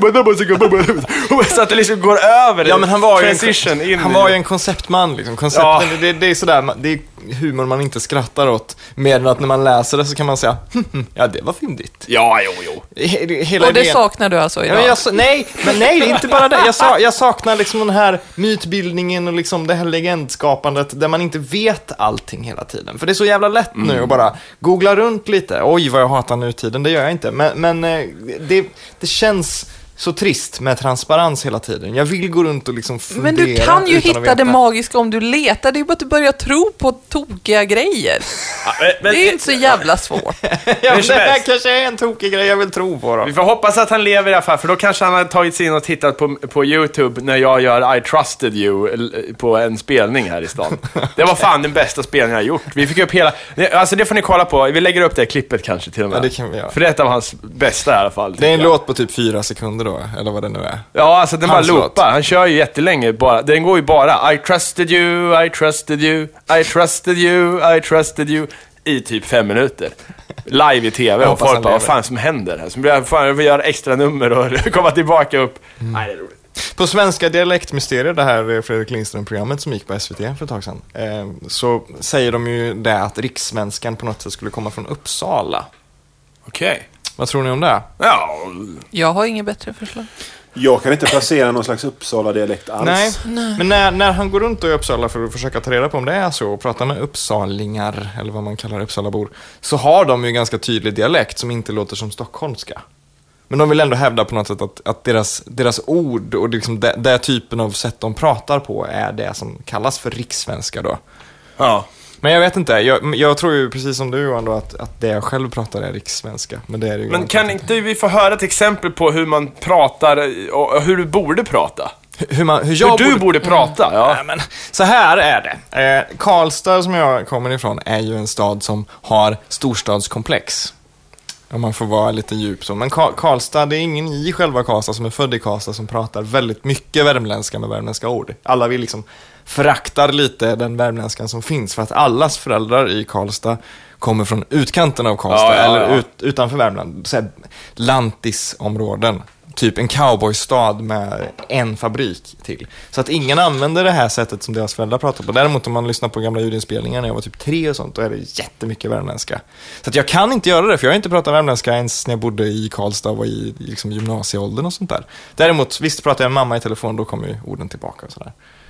Speaker 1: Så att det liksom går över.
Speaker 2: Ja, men han var ju en konceptman liksom. Koncepten, ja. Det är sådär, det är humor man inte skrattar åt. Mer än att när man läser det så kan man säga ja, det var fyndigt.
Speaker 1: Ja, jo.
Speaker 4: Och det saknar du alltså idag?
Speaker 2: Ja, nej, det är inte bara det. Jag saknar liksom den här mytbildningen och liksom det här legendskapandet där man inte vet allting hela tiden. För det är så jävla lätt nu att bara googla runt lite. Oj, vad jag hatar nutiden. Det gör jag inte. Men det känns så trist med transparens hela tiden. Jag vill gå runt och liksom fundera.
Speaker 4: Men du kan ju hitta
Speaker 2: veta.
Speaker 4: det magiska om du letar. Det är ju bara att du börjar tro på tokiga grejer.
Speaker 1: Men,
Speaker 4: det är ju inte så jävla svårt.
Speaker 2: Ja, men det här kanske är en tokig grej jag vill tro på då.
Speaker 1: Vi får hoppas att han lever i alla fall, för då kanske han har tagit sig in och tittat på YouTube när jag gör I Trusted You på en spelning här i stan. Det var fan den bästa spelningen jag har gjort. Vi fick upp hela... Alltså det får ni kolla på. Vi lägger upp det klippet kanske till och med.
Speaker 2: Ja, det kan vi göra.
Speaker 1: För det är ett av hans bästa i alla fall.
Speaker 2: Det är en låt på typ 4 sekunder då, eller vad det nu är.
Speaker 1: Ja, alltså den bara
Speaker 2: Hans
Speaker 1: loopar. Han kör ju jättelänge bara. Den går ju bara I trusted you, I trusted you, I trusted you, I trusted you i typ 5 minuter. Live i tv och folk bara, vad fan som händer här? Så blir jag göra extra nummer och komma tillbaka upp. Nej, det är roligt.
Speaker 2: På Svenska dialektmysterier, det här Fredrik Lindström-programmet som gick på SVT för ett tag sedan, så säger de ju det att rikssvenskan på något sätt skulle komma från Uppsala.
Speaker 1: Okej.
Speaker 2: Vad tror ni om det?
Speaker 1: Ja.
Speaker 4: Jag har inget bättre förslag.
Speaker 3: Jag kan inte placera någon slags Uppsala-dialekt alls.
Speaker 2: Nej. Men när han går runt i Uppsala för att försöka ta reda på om det är så och prata med uppsalingar, eller vad man kallar Uppsalabor, så har de ju ganska tydlig dialekt som inte låter som stockholmska. Men de vill ändå hävda på något sätt att deras ord och liksom det typen av sätt de pratar på är det som kallas för rikssvenska då.
Speaker 1: Ja.
Speaker 2: Men jag vet inte, jag tror ju precis som du Johan då att det jag själv pratar är rikssvenska. Men det är ju.
Speaker 1: Men kan inte vi få höra ett exempel på hur man pratar och hur du borde prata? Hur du borde prata, ja.
Speaker 2: Nej, men så här är det. Karlstad som jag kommer ifrån är ju en stad som har storstadskomplex. Om man får vara lite djup så. Men Karlstad, det är ingen i själva Karlstad som är född i Karlstad som pratar väldigt mycket värmländska med värmländska ord. Alla vill liksom föraktar lite den värmländskan som finns för att allas föräldrar i Karlstad kommer från utkanten av Karlstad eller utanför Värmland. Så här, lantisområden. Typ en cowboystad med en fabrik till. Så att ingen använder det här sättet som deras föräldrar pratar på. Däremot om man lyssnar på gamla ljudinspelningar när jag var typ 3 och sånt, då är det jättemycket värmländska. Så att jag kan inte göra det, för jag har inte pratat värmländska ens när jag bodde i Karlstad och i liksom gymnasieåldern och sånt där. Däremot, visst pratar jag med mamma i telefon, då kommer ju orden tillbaka och sådär.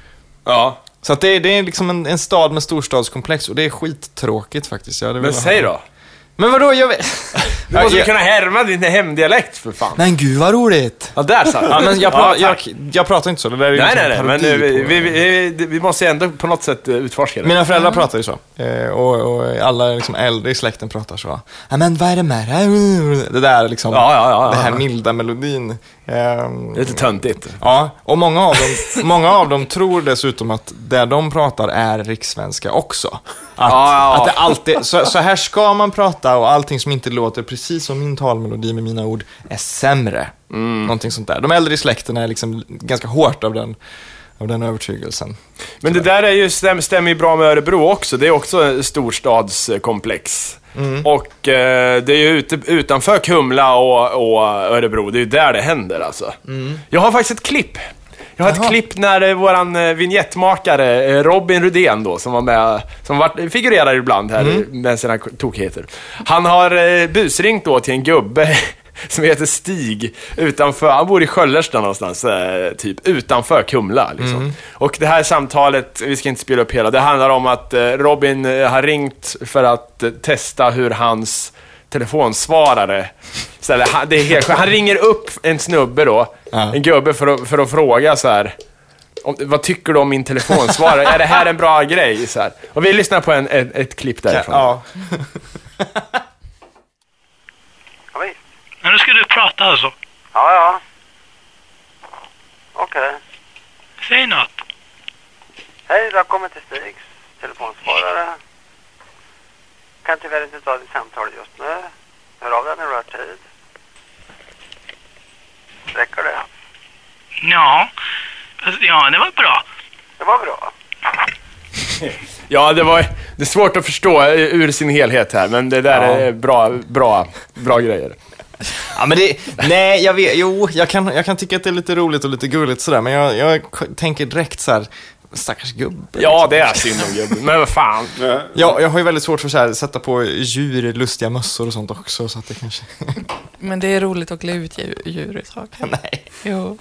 Speaker 1: Ja.
Speaker 2: Så att det är liksom en stad med storstadskomplex och det är skittråkigt faktiskt.
Speaker 1: Men säg då.
Speaker 2: Men vadå, jag vet...
Speaker 1: Du måste kunna härma din hemdialekt för fan.
Speaker 2: Men gud vad roligt.
Speaker 1: Ja, där sa
Speaker 2: ja, men jag pratar inte så. Det där är ju
Speaker 1: nej, men vi måste ändå på något sätt utforska det.
Speaker 2: Mina föräldrar pratar ju så. Och alla liksom äldre i släkten pratar så. Ja, men vad är det med det? Det där liksom, det här milda melodin.
Speaker 1: Lite töntigt.
Speaker 2: Ja, och många av dem tror dessutom att det de pratar är rikssvenska också. Att det alltid, så här ska man prata och allting som inte låter precis som min talmelodi med mina ord är sämre. Någonting sånt där. De äldre i släkten är liksom ganska hårt av den övertygelsen.
Speaker 1: Men det där är ju, stämmer ju bra med Örebro också. Det är också en storstadskomplex. Och det är ju utanför Kumla och Örebro. Det är ju där det händer alltså. Jag har faktiskt ett klipp. Jag har ett klipp när våran vignettmakare Robin Rudén då, som var med, som figurerar ibland här med sina tokheter. Han har busringt då till en gubbe som heter Stig utanför, han bor i Sköllersta någonstans, typ utanför Kumla liksom. Och det här samtalet, vi ska inte spela upp hela, det handlar om att Robin har ringt för att testa hur hans telefonsvarare så det är helt, han ringer upp en snubbe då, en gubbe för att fråga så här, vad tycker du om min telefonsvarare? Är det här en bra grej? Så här. Och vi lyssnar på ett klipp därifrån.
Speaker 2: Ja.
Speaker 7: Men nu ska du prata alltså.
Speaker 5: Ja. Okej.
Speaker 7: Säg något.
Speaker 5: Hej, du har kommit till Stigs telefonsvarare. Kan tyvärr inte ta ditt samtal just nu. Hör av dig när du har tid. Räcker det?
Speaker 7: Ja, det var bra.
Speaker 5: Det var bra.
Speaker 1: Ja, det är svårt att förstå ur sin helhet här, men det där är bra grejer.
Speaker 2: Ja, men jag kan tycka att det är lite roligt och lite gulligt sådär, men jag tänker direkt så här, stackars gubbe.
Speaker 1: Ja, det är synd om gubben, men vad fan.
Speaker 2: Jag har ju väldigt svårt för så här, sätta på djur, lustiga mössor och sånt också, så att det kanske...
Speaker 4: Men det är roligt att klä ut djur i saker.
Speaker 2: Nej.
Speaker 4: Jo.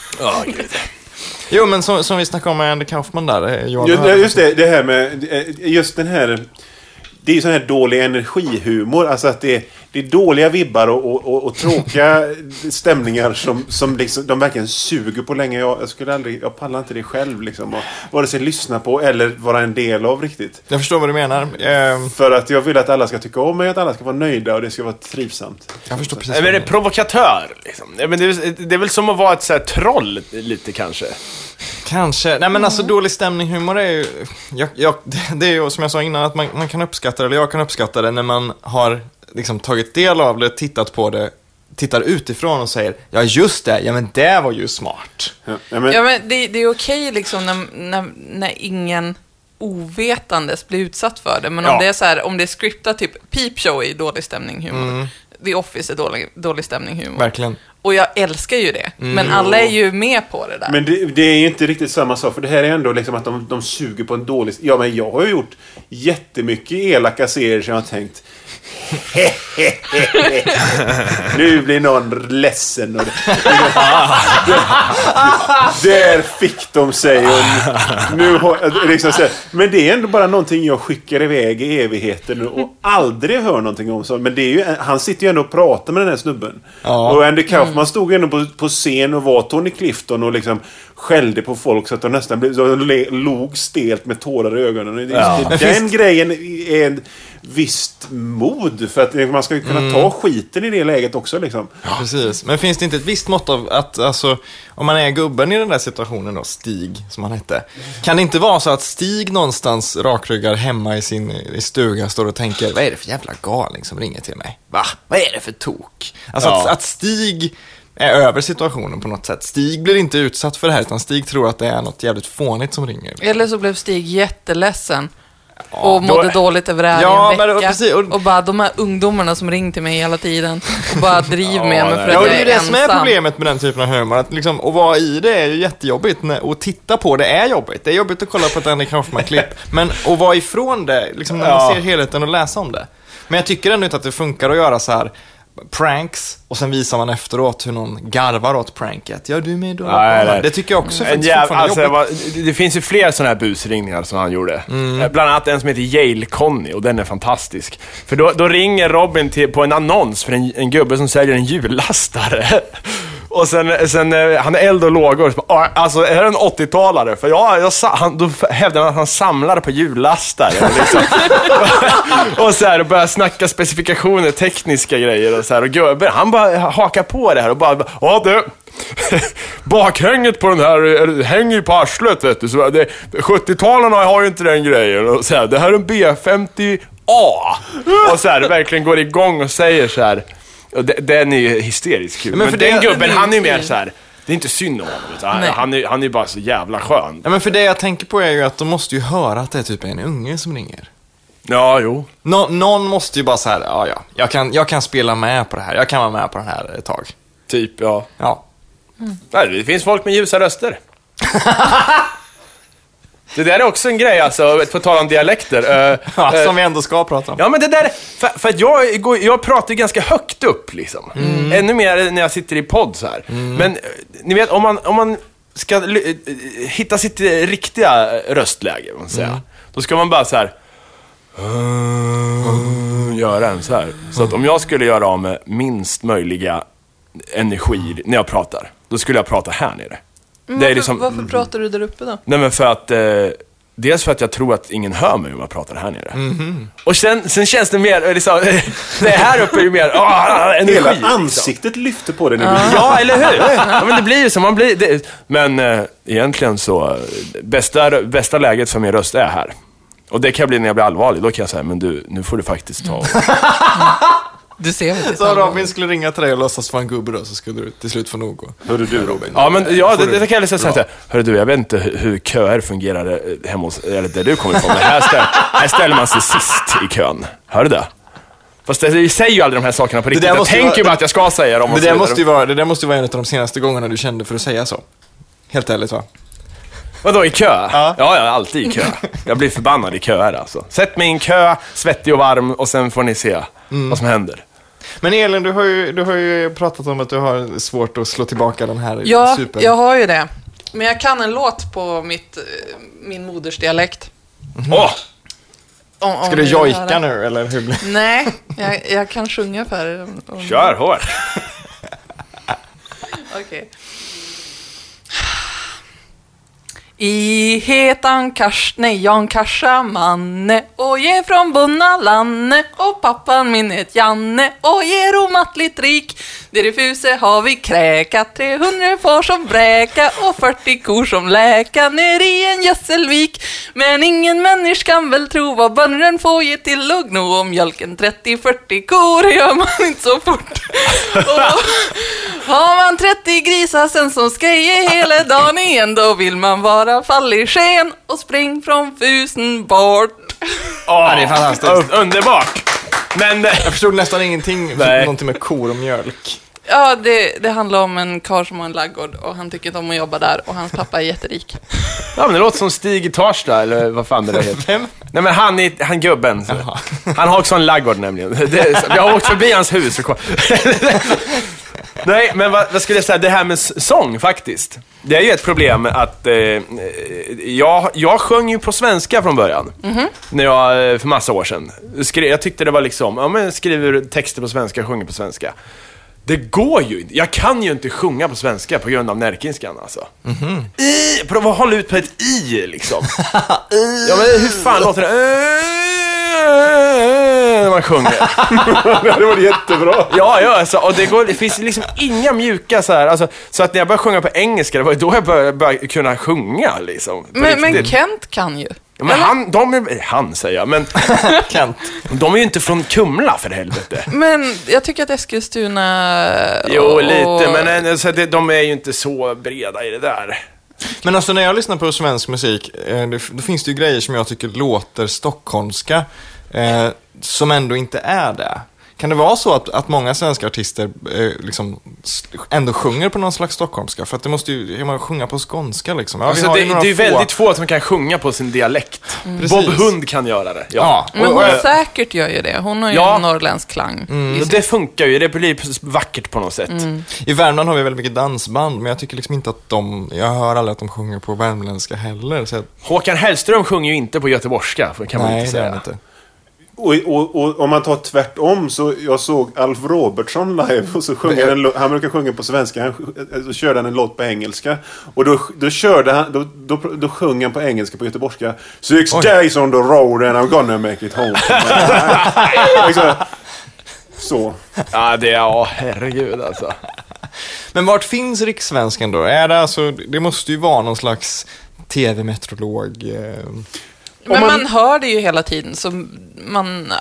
Speaker 2: Jo, men som vi snackade om med Andy Kaufman där.
Speaker 3: Just det här med just den här, det är ju sån här dålig energihumor, alltså att det det är dåliga vibbar och tråkiga stämningar som liksom, de verkligen suger på länge. Jag pallar inte det själv liksom, och vare sig lyssna på eller vara en del av riktigt.
Speaker 2: Jag förstår vad du menar.
Speaker 3: För att jag vill att alla ska tycka om mig, att alla ska vara nöjda och det ska vara trivsamt.
Speaker 2: Jag förstår precis.
Speaker 1: Men det är provokatör liksom. Men det är väl som att vara ett så här troll lite kanske.
Speaker 2: Kanske. Nej, men alltså dålig stämning, humor är ju... det är ju som jag sa innan, att man kan uppskatta det, eller jag kan uppskatta det när man har liksom tagit del av det, tittat på det, tittar utifrån och säger, ja just det, ja men det var ju smart.
Speaker 4: Ja, men det är okej liksom när ingen ovetandes blir utsatt för det. Men om det är så här, om det är scriptat, typ Peep Show är dålig stämning humor. The Office är dålig stämning humor.
Speaker 2: Verkligen.
Speaker 4: Och jag älskar ju det. Men alla är ju med på det där.
Speaker 3: Men det är ju inte riktigt samma sak. För det här är ändå liksom att de suger på en dålig... Ja, men jag har ju gjort jättemycket elaka serier som jag har tänkt... Nu blir någon ledsen. Och där fick de sig. Och nu liksom så här. Men det är ändå bara någonting jag skickar iväg i evigheten och aldrig hör någonting om. Så. Men det är ju, han sitter ju ändå och pratar med den här snubben. Och Andy Kaufman stod ändå på scen och var Tony Clifton och liksom skällde på folk så att de nästan log stelt med tårar i ögonen. Den grejen är en visst mod för att man ska kunna ta skiten i det läget också liksom.
Speaker 2: Ja, precis. Men finns det inte ett visst mått av att, alltså, om man är gubben i den där situationen då, Stig som han hette, kan det inte vara så att Stig någonstans rakryggar hemma i sin stuga står och tänker, vad är det för jävla galning som ringer till mig? Va? Vad är det för tok? Alltså att Stig är över situationen på något sätt. Stig blir inte utsatt för det här, utan Stig tror att det är något jävligt fånigt som ringer.
Speaker 4: Eller så blev Stig jätteledsen och mådde dåligt över det här i en vecka.
Speaker 2: Precis.
Speaker 4: Och bara de här ungdomarna som ring till mig hela tiden och bara driver med mig för att
Speaker 2: och
Speaker 4: jag
Speaker 2: det är det
Speaker 4: ensam.
Speaker 2: som är problemet med den typen av humor, att liksom, att vara i det är ju jättejobbigt, och titta på det är jobbigt. Det är jobbigt att kolla på ett Andy Kaufman-klipp, men att vara ifrån det liksom, när man ser helheten och läsa om det. Men jag tycker ändå inte att det funkar att göra så här pranks och sen visar man efteråt hur någon garvar åt pranket. Ja, du är med då. Det tycker jag också
Speaker 1: alltså, det finns ju fler sådana här busringningar som han gjorde. Bland annat en som heter Yale Conny, och den är fantastisk. För då ringer Robin på en annons för en gubbe som säljer en hjullastare. Och sen han är eld och lågor. Alltså, är det en 80-talare? För då hävdar han att han samlar på hjullastare. Liksom. Och så här, och börjar snacka specifikationer, tekniska grejer och så här. Och gubben, han bara hakar på det här och bara, bakhänget på den här hänger ju på arslet, vet du. Så 70-talarna har ju inte den grejen. Och så här, det här är en B50A. Och så här, det verkligen går igång och säger så här. Och den är ju hysterisk kul. Men den gubben, han är ju mer så här. Det är inte synd om honom. Han är ju bara så jävla skön.
Speaker 2: Ja, men för det jag tänker på är ju att de måste ju höra att det är typ en unge som ringer.
Speaker 1: Ja, jo.
Speaker 2: Någon måste ju bara så här, jag kan spela med på det här. Jag kan vara med på den här ett tag.
Speaker 1: Typ, ja.
Speaker 2: Nej,
Speaker 1: det finns folk med ljusa röster. Det där är också en grej, alltså, på tal om dialekter.
Speaker 2: Som vi ändå ska prata om.
Speaker 1: Ja, men det där, för att jag pratar ganska högt upp, liksom. Ännu mer när jag sitter i podd så här. Men ni vet, om man ska hitta sitt riktiga röstläge, man säger, då ska man bara så här göra en så här. Så att om jag skulle göra av med minst möjliga energi när jag pratar, då skulle jag prata här nere.
Speaker 4: Varför pratar du där uppe då?
Speaker 1: Nej, men för att dels för att jag tror att ingen hör mig om jag pratar här nere. Och sen känns det mer liksom, det här uppe är ju mer energi.
Speaker 3: Hela ansiktet lyfter på det nu.
Speaker 1: Ja, eller hur? Ja, men det blir ju som man blir det. Men egentligen så bästa läget för min röst är här. Och det kan bli när jag blir allvarlig. Då kan jag säga, men du, nu får du faktiskt ta
Speaker 4: Du ser väl det.
Speaker 2: Så Robin skulle ringa till dig och låtsas vara en gubbe då, så skulle du till slut få nog.
Speaker 3: Hörde du, Robin?
Speaker 1: Ja, men det kan jag liksom säga. Hörru du, jag vet inte hur köer fungerar hemma hos, eller där du kommer ifrån. Men här ställer man sig sist i kön. Hör du det? Fast det säger ju aldrig de här sakerna på riktigt. Jag tänker ju bara att jag ska säga dem.
Speaker 2: Det där måste ju vara en av de senaste gångerna du kände för att säga så. Helt ärligt, va?
Speaker 1: Vadå, i kö? Ja, jag är alltid i kö. Jag blir förbannad i köer, alltså. Sätt mig i en kö, svettig och varm, och sen får ni se vad som händer.
Speaker 2: Men Elin, du har ju pratat om att du har svårt att slå tillbaka den här super...
Speaker 4: jag har ju det. Men jag kan en låt på min modersdialekt.
Speaker 2: Ska du jojka nu, eller hur blir det?
Speaker 4: Nej, jag kan sjunga för er.
Speaker 1: Kör hårt.
Speaker 4: Okej. I hetan Jan Karsamanne och ge från Bunnalanne och pappan min het Janne och ge romattligt rik. Där i Fuse har vi kräka 300 får som bräka och 40 kor som läka ner i en gödselvik. Men ingen människa kan väl tro vad bönren får ge till och gno om mjölken 30-40 kor gör man inte så fort. Och har man 30 grisar sen som ska ge hela dagen igen, då vill man vara fall i sken och spring från Fusen bort.
Speaker 2: Ja, det är fantastiskt.
Speaker 1: Underbart. Men
Speaker 2: jag förstod nästan ingenting. Någonting med kor och mjölk.
Speaker 4: Ja, det handlar om en karl som har en laggård och han tycker inte om att jobba där och hans pappa är jätterik.
Speaker 1: Ja, men det låter som Stig i Tarsta, eller vad fan det heter.
Speaker 2: Vem?
Speaker 1: Nej, men han gubben. Han har också en laggård nämligen. Vi har åkt förbi hans hus. Nej, men vad skulle jag säga? Det här med sång faktiskt. Det är ju ett problem att jag sjöng ju på svenska från början. När jag, för massa år sedan. Jag tyckte det var liksom, ja men skriver texter på svenska, sjunger på svenska. Det går ju inte. Jag kan ju inte sjunga på svenska på grund av närkinskan alltså. Prova att hålla ut på ett i liksom. Ja, men hur fan låter det? När man sjunger.
Speaker 3: Det var jättebra.
Speaker 1: Ja, alltså, och det finns liksom inga mjuka så här, alltså, så att när jag började sjunga på engelska, det var då jag började kunna sjunga liksom.
Speaker 4: Men Kent kan ju.
Speaker 1: Ja, men han säger jag, men
Speaker 2: Kent.
Speaker 1: De är ju inte från Kumla för helvete.
Speaker 4: Men jag tycker att Eskilstuna...
Speaker 1: Jo, lite, men alltså, de är ju inte så breda i det där.
Speaker 2: Men alltså när jag lyssnar på svensk musik, då finns det ju grejer som jag tycker låter stockholmska, som ändå inte är det. Kan det vara så att många svenska artister liksom ändå sjunger på någon slags stockholmska? För att det måste ju man sjunga på skånska liksom. Ja,
Speaker 1: alltså, det är ju väldigt få som kan sjunga på sin dialekt. Bob Hund kan göra det. Ja.
Speaker 4: Men hon säkert gör ju det. Hon har ju en norrländsk klang.
Speaker 1: Det funkar ju. Det blir vackert på något sätt.
Speaker 2: I Värmland har vi väldigt mycket dansband, men jag tycker liksom inte att jag hör aldrig att de sjunger på värmländska heller. Så
Speaker 1: Håkan Hellström sjunger ju inte på göteborgska, kan man inte säga.
Speaker 2: Inte.
Speaker 3: Och om man tar tvärtom, så jag såg Alf Robertson live och så sjunger han brukar sjunga på svenska, så körde han en låt på engelska och då körde han då sjöng han på engelska på göteborgska 6 days on the road and I'm gonna make it home. Så.
Speaker 1: Ja, herregud alltså.
Speaker 2: Men vart finns rikssvenskan då? Är det alltså, det måste ju vara någon slags tv-metrolog.
Speaker 4: Men man hör det ju hela tiden, så man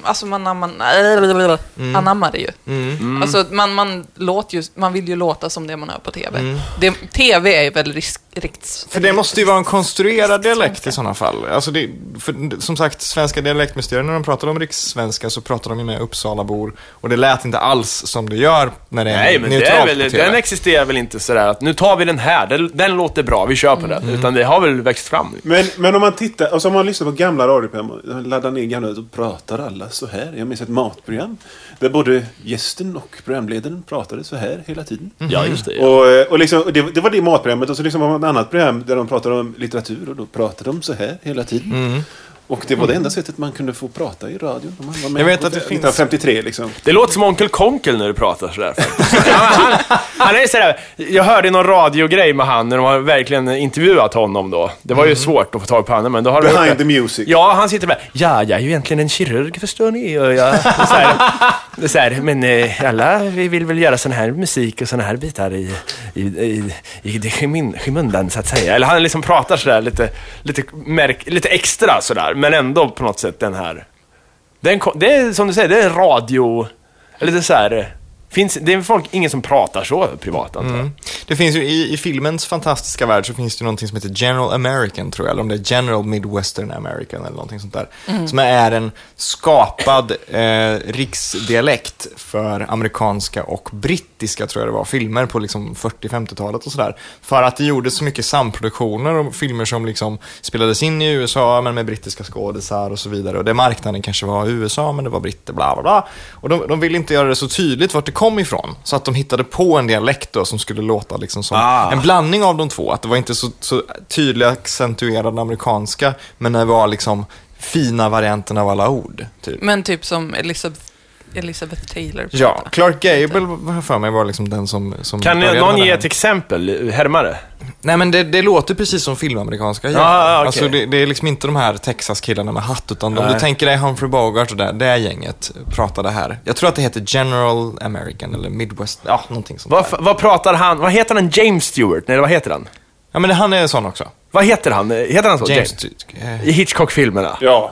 Speaker 4: anammar det ju. Alltså man vill ju låta som det man hör på tv. TV är väl
Speaker 2: för det måste ju vara en konstruerad dialekt i sådana fall. Alltså för, som sagt, svenska dialektmysterier, när de pratar om rikssvenska så pratar de ju med Uppsalabor, och det lät inte alls som det gör när det är neutralt på TV.
Speaker 1: Den existerar väl inte sådär att nu tar vi den här, den låter bra, vi kör på den, utan det har väl växt fram.
Speaker 3: Men om man tittar, alltså om man lyssnar på gamla radioprogram, laddar ner gamla, så pratar alla så här. Jag minns ett matprogram där både gästen och programledaren pratade så här hela tiden.
Speaker 1: Ja, just det.
Speaker 3: Ja. Och liksom, det var det matprogrammet, och så liksom var det ett annat program där de pratade om litteratur, och då pratade de så här hela tiden. Och det var det enda sättet man kunde få prata i radio. Man var med.
Speaker 2: Jag vet att det
Speaker 3: 1953 liksom.
Speaker 1: Det låter som Onkel Konkel när du pratar sådär. Han är sådär, jag hörde någon radiogrej med han när de har verkligen intervjuat honom då. Det var ju svårt att få tag på honom, men då har
Speaker 3: Behind the music.
Speaker 1: Ja, han sitter där. Ja, jag är ju egentligen en kirurg, förstår ni? Och jag så här, men alla vi vill väl göra sån här musik och såna här bitar i skymundan så att säga. Eller han liksom pratar sådär lite extra sådär. Men ändå på något sätt det är som du säger, det är radio, eller det är så här, det är ingen som pratar så privat antar.
Speaker 2: Det finns ju i filmens fantastiska värld, så finns det någonting som heter General American, tror jag, eller om det är General Midwestern American eller någonting sånt där, som är en skapad riksdialekt för amerikanska och brittiska, tror jag det var, filmer på liksom 40-50-talet och sådär, för att det gjordes så mycket samproduktioner och filmer som liksom spelades in i USA men med brittiska skådisar och så vidare, och det marknaden kanske var USA men det var britter, bla bla bla, och de ville inte göra det så tydligt vart det kom ifrån, så att de hittade på en dialekt då, som skulle låta liksom som en blandning av de två, att det var inte så tydligt accentuerad amerikanska, men det var liksom fina varianten av alla ord. Typ.
Speaker 4: Men typ som Elizabeth Taylor.
Speaker 2: Ja, Clark Gable för mig var liksom den som
Speaker 1: kan
Speaker 2: började
Speaker 1: någon
Speaker 2: med
Speaker 1: ge
Speaker 2: den.
Speaker 1: ett exempel, härmare?
Speaker 2: Nej, men det låter precis som filmamerikanska.
Speaker 1: Okay.
Speaker 2: Alltså det är liksom inte de här Texas-killarna med hatt, utan om du tänker dig Humphrey Bogart och det gänget pratade här. Jag tror att det heter General American eller Midwest, någonting sånt där.
Speaker 1: Vad pratar han? Vad heter han? James Stewart? Nej, vad heter han?
Speaker 2: Ja, men han är sån också.
Speaker 1: Vad heter han? Heter han så?
Speaker 2: James.
Speaker 1: I Hitchcock-filmerna.
Speaker 3: Ja.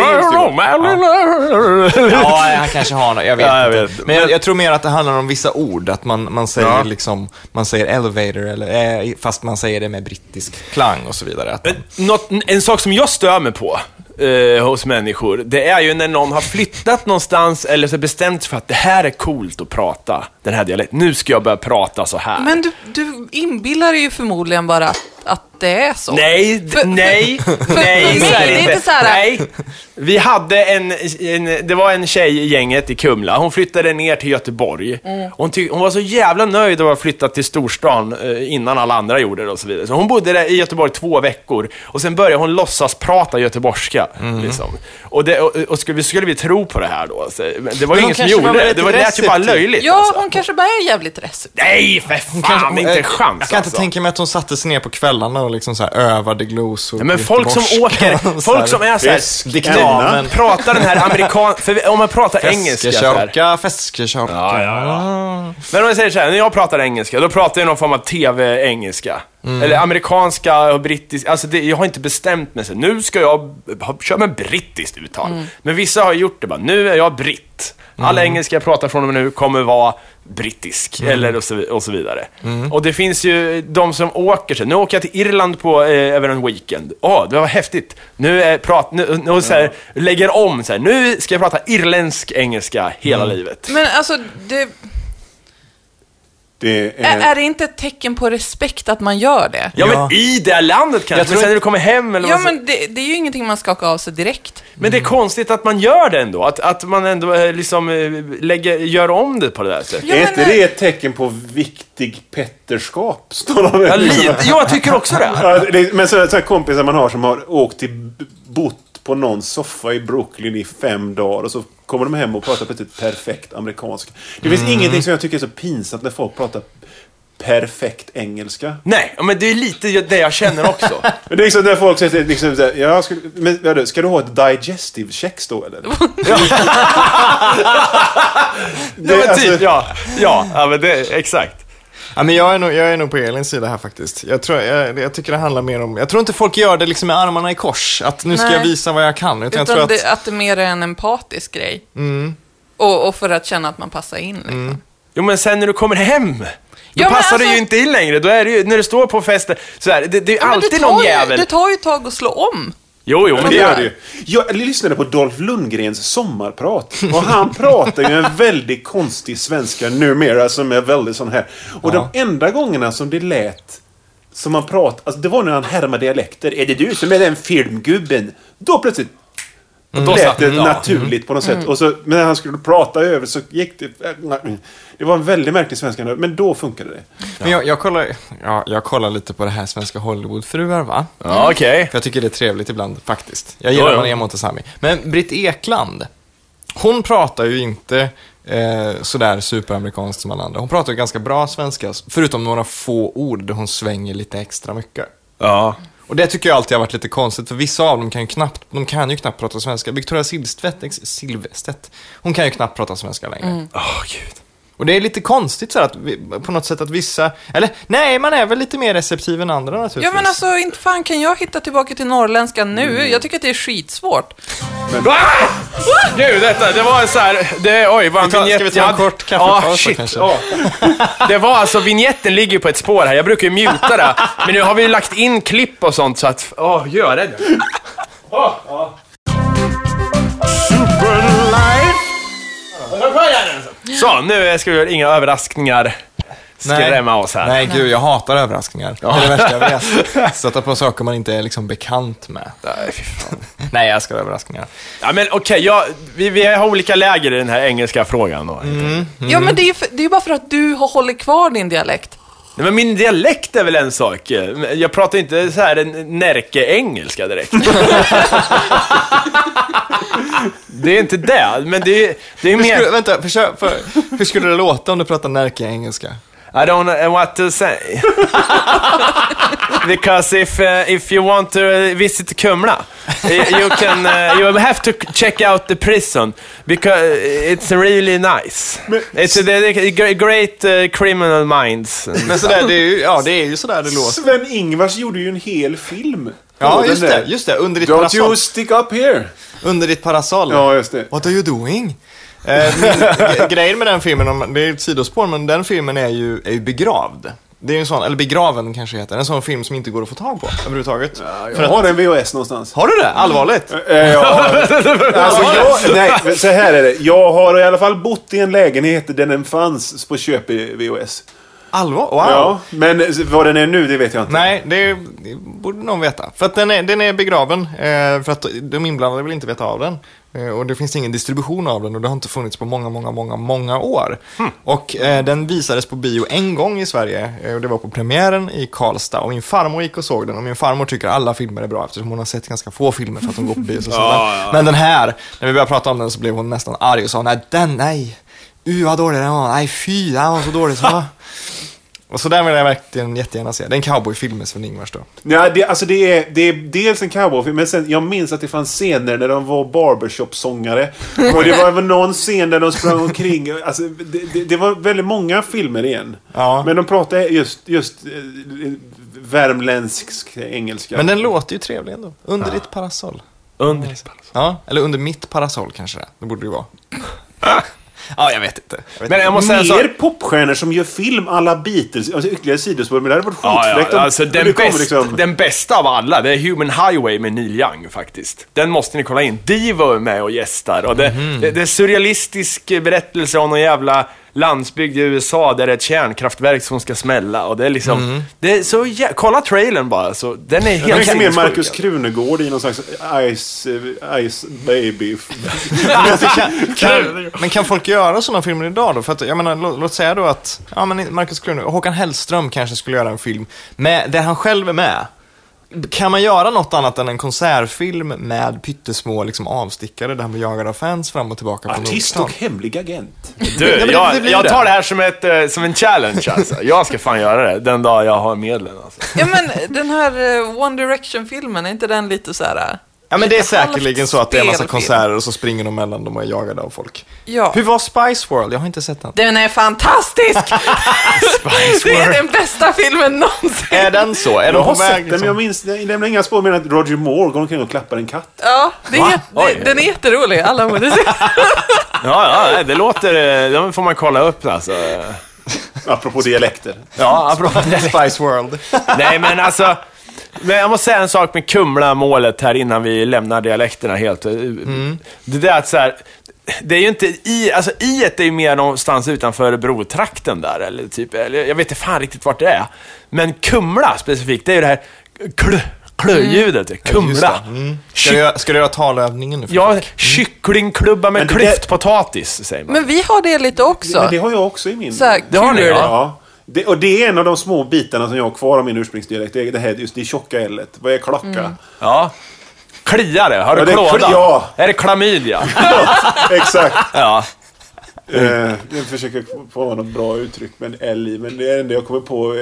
Speaker 2: Ja, han kanske har något, jag vet inte. Men jag tror mer att det handlar om vissa ord, att man säger liksom, man säger elevator eller fast man säger det med brittisk klang och så vidare.
Speaker 1: En sak som jag stör mig på hos människor, det är ju när någon har flyttat någonstans eller så bestämt sig för att det här är coolt att prata den här dialekten. Nu ska jag börja prata så här.
Speaker 4: Men du inbillar dig ju förmodligen bara att det är så.
Speaker 1: Nej, nej, nej,
Speaker 4: det är inte så här.
Speaker 1: Nej. Vi hade det var en tjej i gänget i Kumla. Hon flyttade ner till Göteborg. Hon var så jävla nöjd att ha flyttat till storstan innan alla andra gjorde det och så vidare. Så hon bodde där i Göteborg 2 veckor och sen började hon låtsas prata göteborgska liksom. Och skulle vi tro på det här då? Så, det var ju ingen som gjorde det. Det var lät ju bara löjligt.
Speaker 4: Ja,
Speaker 1: alltså.
Speaker 4: Hon kanske bara är jävligt receptiv.
Speaker 1: Nej, för fan, inte en chans.
Speaker 2: Jag kan inte tänka mig att hon satte sig ner på kvällarna och liksom så här övade glosor.
Speaker 1: Ja, men folk som åker, folk som är så här, pratar den här för om man pratar engelska
Speaker 2: Feskekörka.
Speaker 1: Ja. Men om jag säger så här, när jag pratar engelska, då pratar jag någon form av tv-engelska. Eller amerikanska och brittisk. Alltså jag har inte bestämt mig så. Nu ska jag köra med brittiskt uttal. Men vissa har gjort det bara. Nu är jag britt. Alla engelska jag pratar från och med nu kommer vara brittisk eller och så vidare. Och det finns ju de som åker sig. Nu åker jag till Irland på över en weekend. Det var häftigt. Nu så här, lägger om så här. Nu ska jag prata irländsk engelska hela livet.
Speaker 4: Men alltså är det inte ett tecken på respekt att man gör det?
Speaker 1: Ja, men i det landet kanske. Men sen när du kommer hem eller
Speaker 4: men det är ju ingenting man skakar av sig direkt.
Speaker 1: Men det är konstigt att man gör det ändå. Att man ändå liksom gör om det på det där sättet.
Speaker 3: Är inte det ett tecken på viktig petterskap?
Speaker 1: Jag tycker också det.
Speaker 3: Men så här kompisar man har som har åkt till bott på någon soffa i Brooklyn i 5 dagar och så kommer de hem och pratar på ett perfekt amerikanska. Det finns ingenting som jag tycker är så pinsamt när folk pratar perfekt engelska.
Speaker 1: Nej, men det är lite det jag känner också.
Speaker 3: Det är liksom när folk säger liksom så här, ska du ha ett digestive kex då eller?
Speaker 1: Ja, men det exakt.
Speaker 2: Ja, men jag är nog på Elins sida här faktiskt. Jag tycker det handlar mer om... Jag tror inte folk gör det liksom med armarna i kors. Att nu ska jag visa vad jag kan.
Speaker 4: Utan jag tror att det mer är en empatisk grej. Och för att känna att man passar in liksom.
Speaker 1: Jo, men sen när du kommer hem... Då passar det ju inte in längre. Då är det ju, när du står på festen så här, det är alltid någon jävel.
Speaker 4: Det tar ju ett tag att slå om.
Speaker 1: Jo, men
Speaker 3: det gör det ju. Jag lyssnade på Dolph Lundgrens sommarprat. Och han pratar ju en väldigt konstig svenska numera som är väldigt sån här. Och de enda gångerna som det lät som man pratar, alltså det var när han härmade dialekter. Är det du som är den filmgubben? Då plötsligt lät det naturligt på något sätt. Och så, men när han skulle prata över så gick det... Det var en väldigt märklig svenska, men då funkade det.
Speaker 2: Men jag kollar lite på det här svenska Hollywoodfruar, va?
Speaker 1: Ja, okej.
Speaker 2: För jag tycker det är trevligt ibland, faktiskt. Jag gillar Maria Montazami. Men Britt Ekland, hon pratar ju inte sådär superamerikanskt som alla andra. Hon pratar ju ganska bra svenska, förutom några få ord där hon svänger lite extra mycket.
Speaker 1: Ja.
Speaker 2: Och det tycker jag alltid har varit lite konstigt, för vissa av dem kan ju knappt prata svenska. Victoria Silvstedt, hon kan ju knappt prata svenska längre.
Speaker 1: Gud.
Speaker 2: Och det är lite konstigt så att på något sätt att vissa... Eller, nej, man är väl lite mer receptiv än andra naturligtvis.
Speaker 4: Ja, men alltså, inte fan kan jag hitta tillbaka till norrländska nu. Jag tycker att det är skitsvårt.
Speaker 1: Gud, det var så här... Oj, vad en vignett.
Speaker 2: Ska vi ta en kort kaffepaus kanske?
Speaker 1: Det var alltså, vignetten ligger på ett spår här. Jag brukar ju muta det. Men nu har vi lagt in klipp och sånt så att... gör det. Så, nu ska vi göra inga överraskningar skrämma oss här.
Speaker 2: Nej, gud, jag hatar överraskningar. Det är det värsta jag vet. Sätta på saker man inte är liksom bekant med.
Speaker 1: Nej, fy fan.
Speaker 2: Nej, jag ska ha överraskningar.
Speaker 1: Ja, men okej, vi har olika läger i den här engelska frågan då.
Speaker 4: Ja, men det är ju bara för att du har hållit kvar din dialekt.
Speaker 1: Nej, men min dialekt är väl en sak. Jag pratar inte så här närke-engelska direkt. Det är inte det, men det är mer...
Speaker 2: Vänta, hur skulle det låta om du pratar närke-engelska?
Speaker 1: I don't know what to say. Because if you want to visit Kumla, you have to check out the prison because it's really nice. It's a great criminal minds.
Speaker 2: Men sådär, det är ju sådär det låter.
Speaker 3: Sven-Ingvars gjorde ju en hel film.
Speaker 2: Ja, just det. Under ditt
Speaker 3: Don't
Speaker 2: parasoll.
Speaker 3: you stick up here.
Speaker 2: Under ditt parasoll.
Speaker 3: Ja, just det.
Speaker 2: What are you doing? Grejen med den filmen, det är ett sidospår, men den filmen är ju begravd. Det är en sån, eller begraven kanske heter, en sån film som inte går att få tag på överhuvudtaget.
Speaker 3: Ja, jag har en VHS någonstans.
Speaker 2: Har du det? Allvarligt?
Speaker 3: Ja. Nej, så här är det. Jag har i alla fall bott i en lägenhet där den fanns på köp i VHS.
Speaker 2: Allvar? Wow.
Speaker 3: Ja, men vad den är nu, det vet jag inte.
Speaker 2: Nej, det borde någon veta. För att den är begraven, för att de inblandade vill inte veta av den. Och det finns ingen distribution av den och det har inte funnits på många år. Och den visades på bio en gång i Sverige och det var på premiären i Karlstad och min farmor gick och såg den och min farmor tycker alla filmer är bra eftersom hon har sett ganska få filmer för att hon går på bio. Men den här, när vi började prata om den så blev hon nästan arg och sa nej, vad dålig den var, nej fy, den var så dålig så. Och så där vill jag verkligen jättegärna se. Det är en cowboyfilm med Sven-Ingvars då.
Speaker 3: Ja, det är dels en cowboyfilm, men sen, jag minns att det fanns scener där de var barbershop-sångare. Och det var även någon scen där de sprang omkring. Alltså, det var väldigt många filmer igen.
Speaker 2: Ja.
Speaker 3: Men de pratade just värmländsk engelska.
Speaker 2: Men den låter ju trevlig ändå. Under ditt parasoll.
Speaker 1: Under ditt parasoll.
Speaker 2: Ja, eller under mitt parasoll kanske det borde det ju vara. Ja, jag vet inte.
Speaker 1: Men jag måste säga
Speaker 3: mer popstjärnor som gör film alla Beatles, alltså ytterligare sidospår, men det hade varit skitfräckt.
Speaker 1: Ja, alltså den bästa av alla, det är Human Highway med Neil Young faktiskt. Den måste ni kolla in. Divo är med och gästar och det är surrealistisk berättelse om någon jävla landsbygd i USA där det är ett kärnkraftverk som ska smälla och det är liksom det är så kolla trailern bara så den är helt
Speaker 3: mer Markus Krunegård i någon slags Ice Baby.
Speaker 2: Men kan folk göra sådana filmer idag då? För att, jag menar, låt säga då att Markus Krunegård, Håkan Hellström kanske skulle göra en film där han själv är med. Kan man göra något annat än en konsertfilm med pyttesmå liksom, avstickare där han blir jagad av fans fram och tillbaka på
Speaker 3: artist och hemlig agent.
Speaker 1: Du, jag tar det här som en challenge alltså. Jag ska fan göra det den dag jag har medlen alltså.
Speaker 4: Ja men den här One Direction-filmen, är inte den lite så här?
Speaker 2: Ja men det är säkerligen så att det är en massa konserter och så springer de mellan dem och är jagade av folk.
Speaker 4: Ja.
Speaker 2: Hur var Spice World? Jag har inte sett den.
Speaker 4: Den är fantastisk!
Speaker 1: Spice
Speaker 4: Det är
Speaker 1: World.
Speaker 4: den bästa filmen någonsin.
Speaker 2: Är den så? Är
Speaker 3: Jag
Speaker 2: de
Speaker 3: har
Speaker 2: på väg
Speaker 3: sett den, men
Speaker 2: liksom?
Speaker 3: jag minns det lämnar inga spår med att Roger Moore går omkring och klappar en katt.
Speaker 4: Ja, den är jätterolig. Alla borde se.
Speaker 1: Ja, det låter, de får man kolla upp alltså.
Speaker 3: Apropå dialekter.
Speaker 1: Ja, apropå
Speaker 2: Spice World.
Speaker 1: Nej men alltså, men jag måste säga en sak med Kumla-målet här innan vi lämnar dialekterna helt. Det där att så här, det är ju inte alltså i-et är ju mer någonstans utanför Brotrakten där eller typ, eller jag vet inte fan riktigt vart det är. Men Kumla specifikt, det är ju det här klö-ljudet, Kumla.
Speaker 2: Ska du göra talövningen nu?
Speaker 1: Ja, kycklingklubba med klyftpotatis säger man.
Speaker 4: Men vi har det lite också.
Speaker 3: Men det har jag också i min.
Speaker 4: Så här,
Speaker 1: Det har ni,
Speaker 4: kul.
Speaker 1: ja.
Speaker 3: Ja. Och det är en av de små bitarna som jag har kvar av min ursprungsdialekt. Det här just det tjocka L-et. Vad är klocka?
Speaker 1: Ja. Kliare, har du
Speaker 3: Ja, det är
Speaker 1: klåda?
Speaker 3: ja.
Speaker 1: Är det klamydia?
Speaker 3: Exakt.
Speaker 1: Ja.
Speaker 3: Jag försöker få något bra uttryck med en L i, men det enda jag kommer på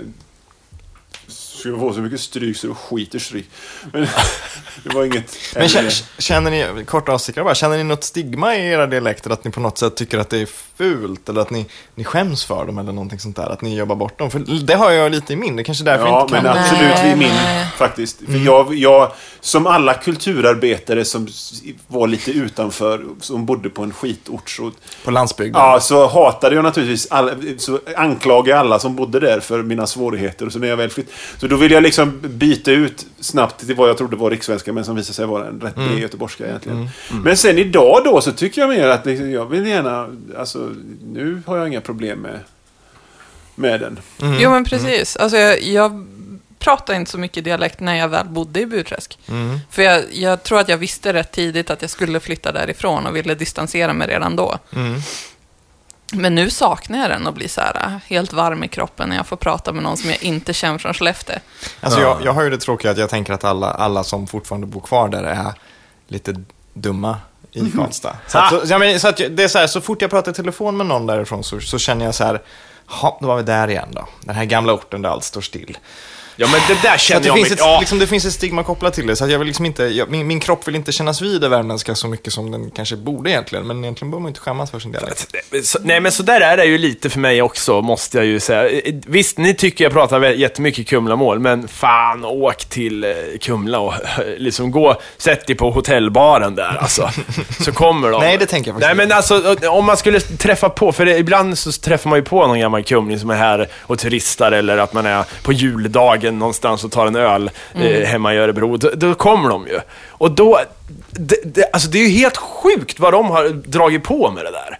Speaker 3: skulle få så mycket stryk så det skiter stryk. Men det var inget.
Speaker 2: Men känner ni, kort avstickare bara, känner ni något stigma i era dialekter att ni på något sätt tycker att det är fult eller att ni skäms för dem eller någonting sånt där, att ni jobbar bort dem? För det har jag lite i min, det kanske därför
Speaker 3: ja,
Speaker 2: inte kan.
Speaker 3: men absolut i min faktiskt. För jag som alla kulturarbetare som var lite utanför, som bodde på en skitort så,
Speaker 2: På landsbygden.
Speaker 3: ja, så hatade jag naturligtvis så anklagade alla som bodde där för mina svårigheter och så när jag väl flytt. Så då ville jag liksom byta ut snabbt till vad jag trodde var rikssvenska men som visade sig vara en rätt bred göteborgska egentligen. Men sen idag då så tycker jag mer att liksom, jag vill gärna, alltså nu har jag inga problem med den.
Speaker 4: Jo men precis. Alltså jag pratade inte så mycket dialekt när jag väl bodde i Burträsk. För jag tror att jag visste rätt tidigt att jag skulle flytta därifrån och ville distansera mig redan då. Men nu saknar jag den och blir så här helt varm i kroppen när jag får prata med någon som jag inte känner från Skellefteå.
Speaker 2: Alltså jag har ju det tråkiga att jag tänker att alla som fortfarande bor kvar där är lite dumma i Karlstad. Så att det är så här, så fort jag pratar i telefon med någon därifrån så känner jag så här, då var vi där igen då. Den här gamla orten där allt står still.
Speaker 1: Ja, men det där känner jag
Speaker 2: mycket. Det finns ett stigma kopplat till det. Så att jag vill liksom inte, min kropp vill inte kännas vid det värmländska så mycket som den kanske borde egentligen. Men egentligen bör man inte skämmas för sin dialekt.
Speaker 1: Nej, men så där är det ju lite för mig också, måste jag ju säga. Visst, ni tycker jag pratar jättemycket Kumla-mål, men fan, åk till Kumla och liksom sätt dig på hotellbaren där, alltså. Så kommer de.
Speaker 2: Nej, det tänker jag faktiskt.
Speaker 1: Nej, men alltså, om man skulle träffa på, för ibland så träffar man ju på någon gammal kumling som är här och turistar, eller att man är på juldagen någonstans och tar en öl hemma i Örebro, då kommer de ju. Och då, alltså det är ju helt sjukt vad de har dragit på med det där.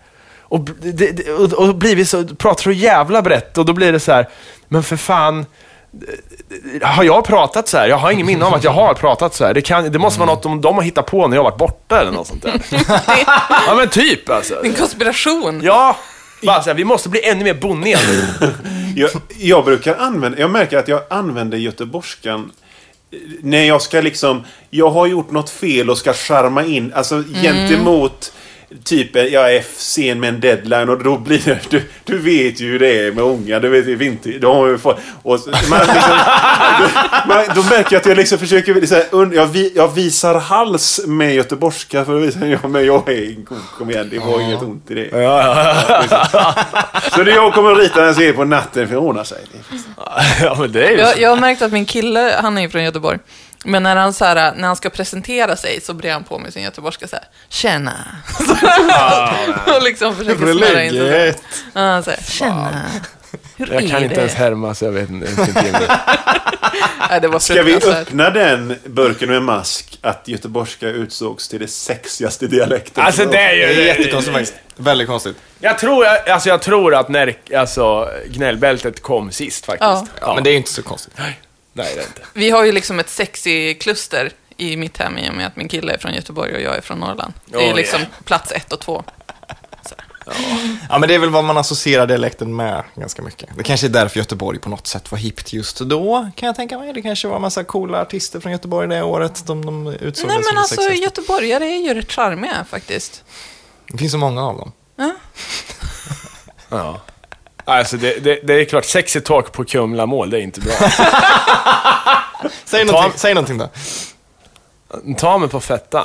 Speaker 1: Och blivit så, pratar så jävla brett, och då blir det så här, men för fan, har jag pratat så här? Jag har ingen minne om att jag har pratat så här. Det måste vara något de har hittat på när jag har varit borta eller något sånt där. Ja, men typ alltså.
Speaker 4: En konspiration.
Speaker 1: Ja, bara så här, vi måste bli ännu mer bonniga.
Speaker 3: Jag brukar jag märker att jag använder göteborgskan när jag ska liksom, jag har gjort något fel och ska charma in, alltså gentemot typ, jag är sen med en deadline, och då blir det, du vet ju hur det är med unga, du vet ju inte, de har ju fått, och man liksom, då märker jag att jag liksom försöker jag visar hals med göteborgska för att visa, men jag är en kom igen, det var inget ont i det. Så det jag kommer att rita när jag ser på natten för att ordna sig.
Speaker 1: Ja, men det är ju
Speaker 4: jag har märkt att min kille, han är ju från Göteborg. Men när han ska presentera sig så blir han på med sin göteborgska så här: tjena. Och liksom försöker snöra in sig. Ja, så här: tjena.
Speaker 1: Jag kan inte ens härma, så jag vet inte.
Speaker 4: Nej, det var
Speaker 3: ska vi öppna den burken med mask att göteborgska utsågs till det sexigaste dialekten?
Speaker 1: Alltså det är ju
Speaker 2: jättekonstigt faktiskt. Väldigt konstigt.
Speaker 1: Jag tror att när gnällbältet kom sist faktiskt.
Speaker 2: Ja, men det är inte så konstigt.
Speaker 1: Nej, det är inte.
Speaker 4: Vi har ju liksom ett sexy kluster i mitt hem i och med att min kille är från Göteborg och jag är från Norrland. Det är liksom plats 1 och 2.
Speaker 2: Ja, men det är väl vad man associerar dialekten med ganska mycket. Det kanske är därför Göteborg på något sätt var hippt just då, kan jag tänka mig. Det kanske var en massa coola artister från Göteborg det året de utsåg.
Speaker 4: Nej, men alltså göteborgare är ju rätt charmiga faktiskt.
Speaker 2: Det finns så många av dem.
Speaker 1: Ja. Alltså det är klart, sexy talk på Kumla-mål, det är inte bra.
Speaker 2: Säg någonting då.
Speaker 1: Ta mig på fetta.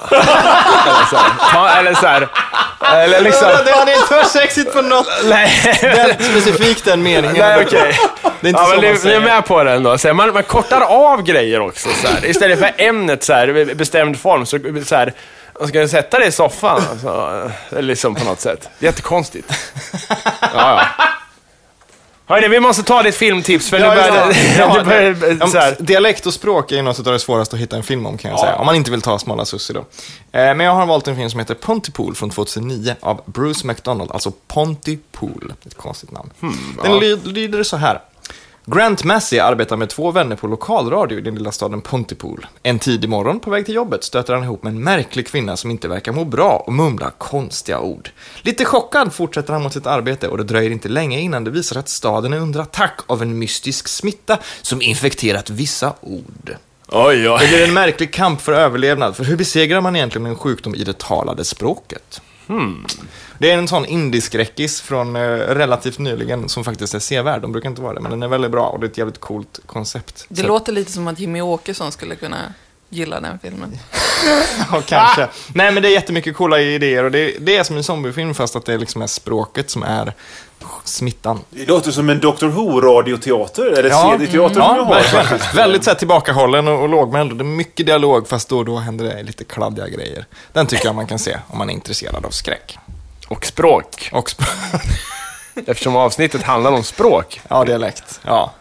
Speaker 1: Eller liksom.
Speaker 2: Det hade inte varit sexigt på något.
Speaker 1: Nej.
Speaker 2: Specifikt den meningen.
Speaker 1: Nej, okej.
Speaker 2: Det är inte så man säger.
Speaker 1: Ni är med på den då. Så man kortar av grejer också så här. Istället för ämnet så här, bestämd form, så här, man ska sätta det i soffan alltså, liksom på något sätt. Jättekonstigt. Ja. Hörni, vi måste ta ditt filmtips för
Speaker 2: dialekt och språk är ju något av det svåraste att hitta en film om, kan jag säga. Om man inte vill ta Smala Sussi då. Men jag har valt en film som heter Pontypool från 2009 av Bruce McDonald, alltså Pontypool. Ett konstigt namn. Den lyder så här: Grant Massey arbetar med 2 vänner på lokalradio i den lilla staden Pontypool. En tidig morgon på väg till jobbet stöter han ihop med en märklig kvinna som inte verkar må bra och mumlar konstiga ord. Lite chockad fortsätter han mot sitt arbete, och det dröjer inte länge innan det visar att staden är under attack av en mystisk smitta som infekterat vissa ord.
Speaker 1: Oj.
Speaker 2: Det blir en märklig kamp för överlevnad, för hur besegrar man egentligen en sjukdom i det talade språket? Det är en sån indisk-räckis från relativt nyligen som faktiskt är sevärd. De brukar inte vara det, men den är väldigt bra och det är ett jävligt coolt koncept.
Speaker 4: Det låter lite som att Jimmy Åkesson skulle kunna gilla den filmen.
Speaker 2: Ja, kanske. Nej, men det är jättemycket coola idéer, och det är som en zombiefilm, fast att det liksom är språket som är smittan.
Speaker 3: Det låter som en Dr. Who-radioteater, eller CD-teater.
Speaker 2: Väldigt så här tillbakahållen och lågmäld. Det är mycket dialog, fast då händer det lite kladdiga grejer. Den tycker jag man kan se om man är intresserad av skräck.
Speaker 1: Och språk. Eftersom avsnittet handlar om språk.
Speaker 2: Ja, dialekt. Ja.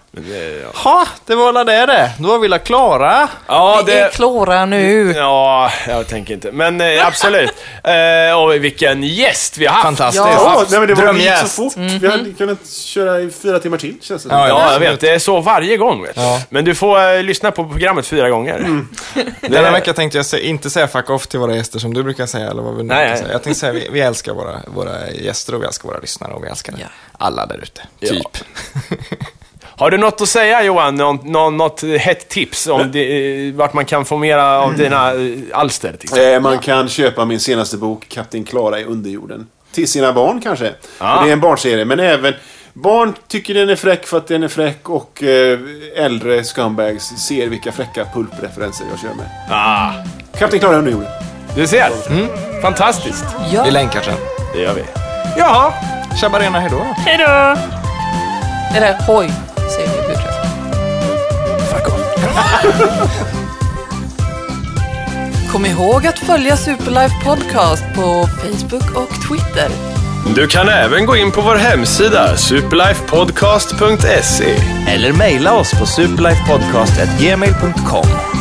Speaker 2: Det var alla det. Då var vi la klara.
Speaker 1: Ja,
Speaker 4: Vi är klara nu.
Speaker 1: Ja, jag tänker inte. Men absolut. Och vilken gäst vi har haft.
Speaker 2: Fantastiskt.
Speaker 3: Ja, nej, men det var gick så
Speaker 2: Drömgäst.
Speaker 3: fort. Vi hade kunnat köra i 4 timmar till, känns det.
Speaker 1: Ja, jag vet. Det är så varje gång. Vet. Men du får lyssna på programmet 4 gånger.
Speaker 2: Denna vecka tänkte jag inte säga fuck off till våra gäster som du brukar säga, eller vad vi nu
Speaker 1: Nej.
Speaker 2: säga. Jag tänkte säga vi älskar våra gäster och vi älskar våra lyssnare och vi älskar alla där ute.
Speaker 1: Ja.
Speaker 2: Typ.
Speaker 1: Har du något att säga, Johan? Något hett tips om vart man kan få mera av dina alster?
Speaker 3: Man kan köpa min senaste bok, Kapten Klara i underjorden. Till sina barn kanske.
Speaker 1: Ja.
Speaker 3: Det är en barnserie, men även barn tycker den är fräck för att den är fräck och äldre scumbags ser vilka fräcka pulpreferenser jag kör med. Kapten Klara i underjorden.
Speaker 1: Du ser. Fantastiskt.
Speaker 4: Ja.
Speaker 2: Vi länkar sen.
Speaker 1: Det gör vi. Jaha.
Speaker 2: Tjabarena, hejdå.
Speaker 4: Eller hoj, säger vi budret.
Speaker 1: Fuck off.
Speaker 4: Kom ihåg att följa Superlife Podcast på Facebook och Twitter.
Speaker 1: Du kan även gå in på vår hemsida superlifepodcast.se.
Speaker 8: Eller mejla oss på superlifepodcast@gmail.com.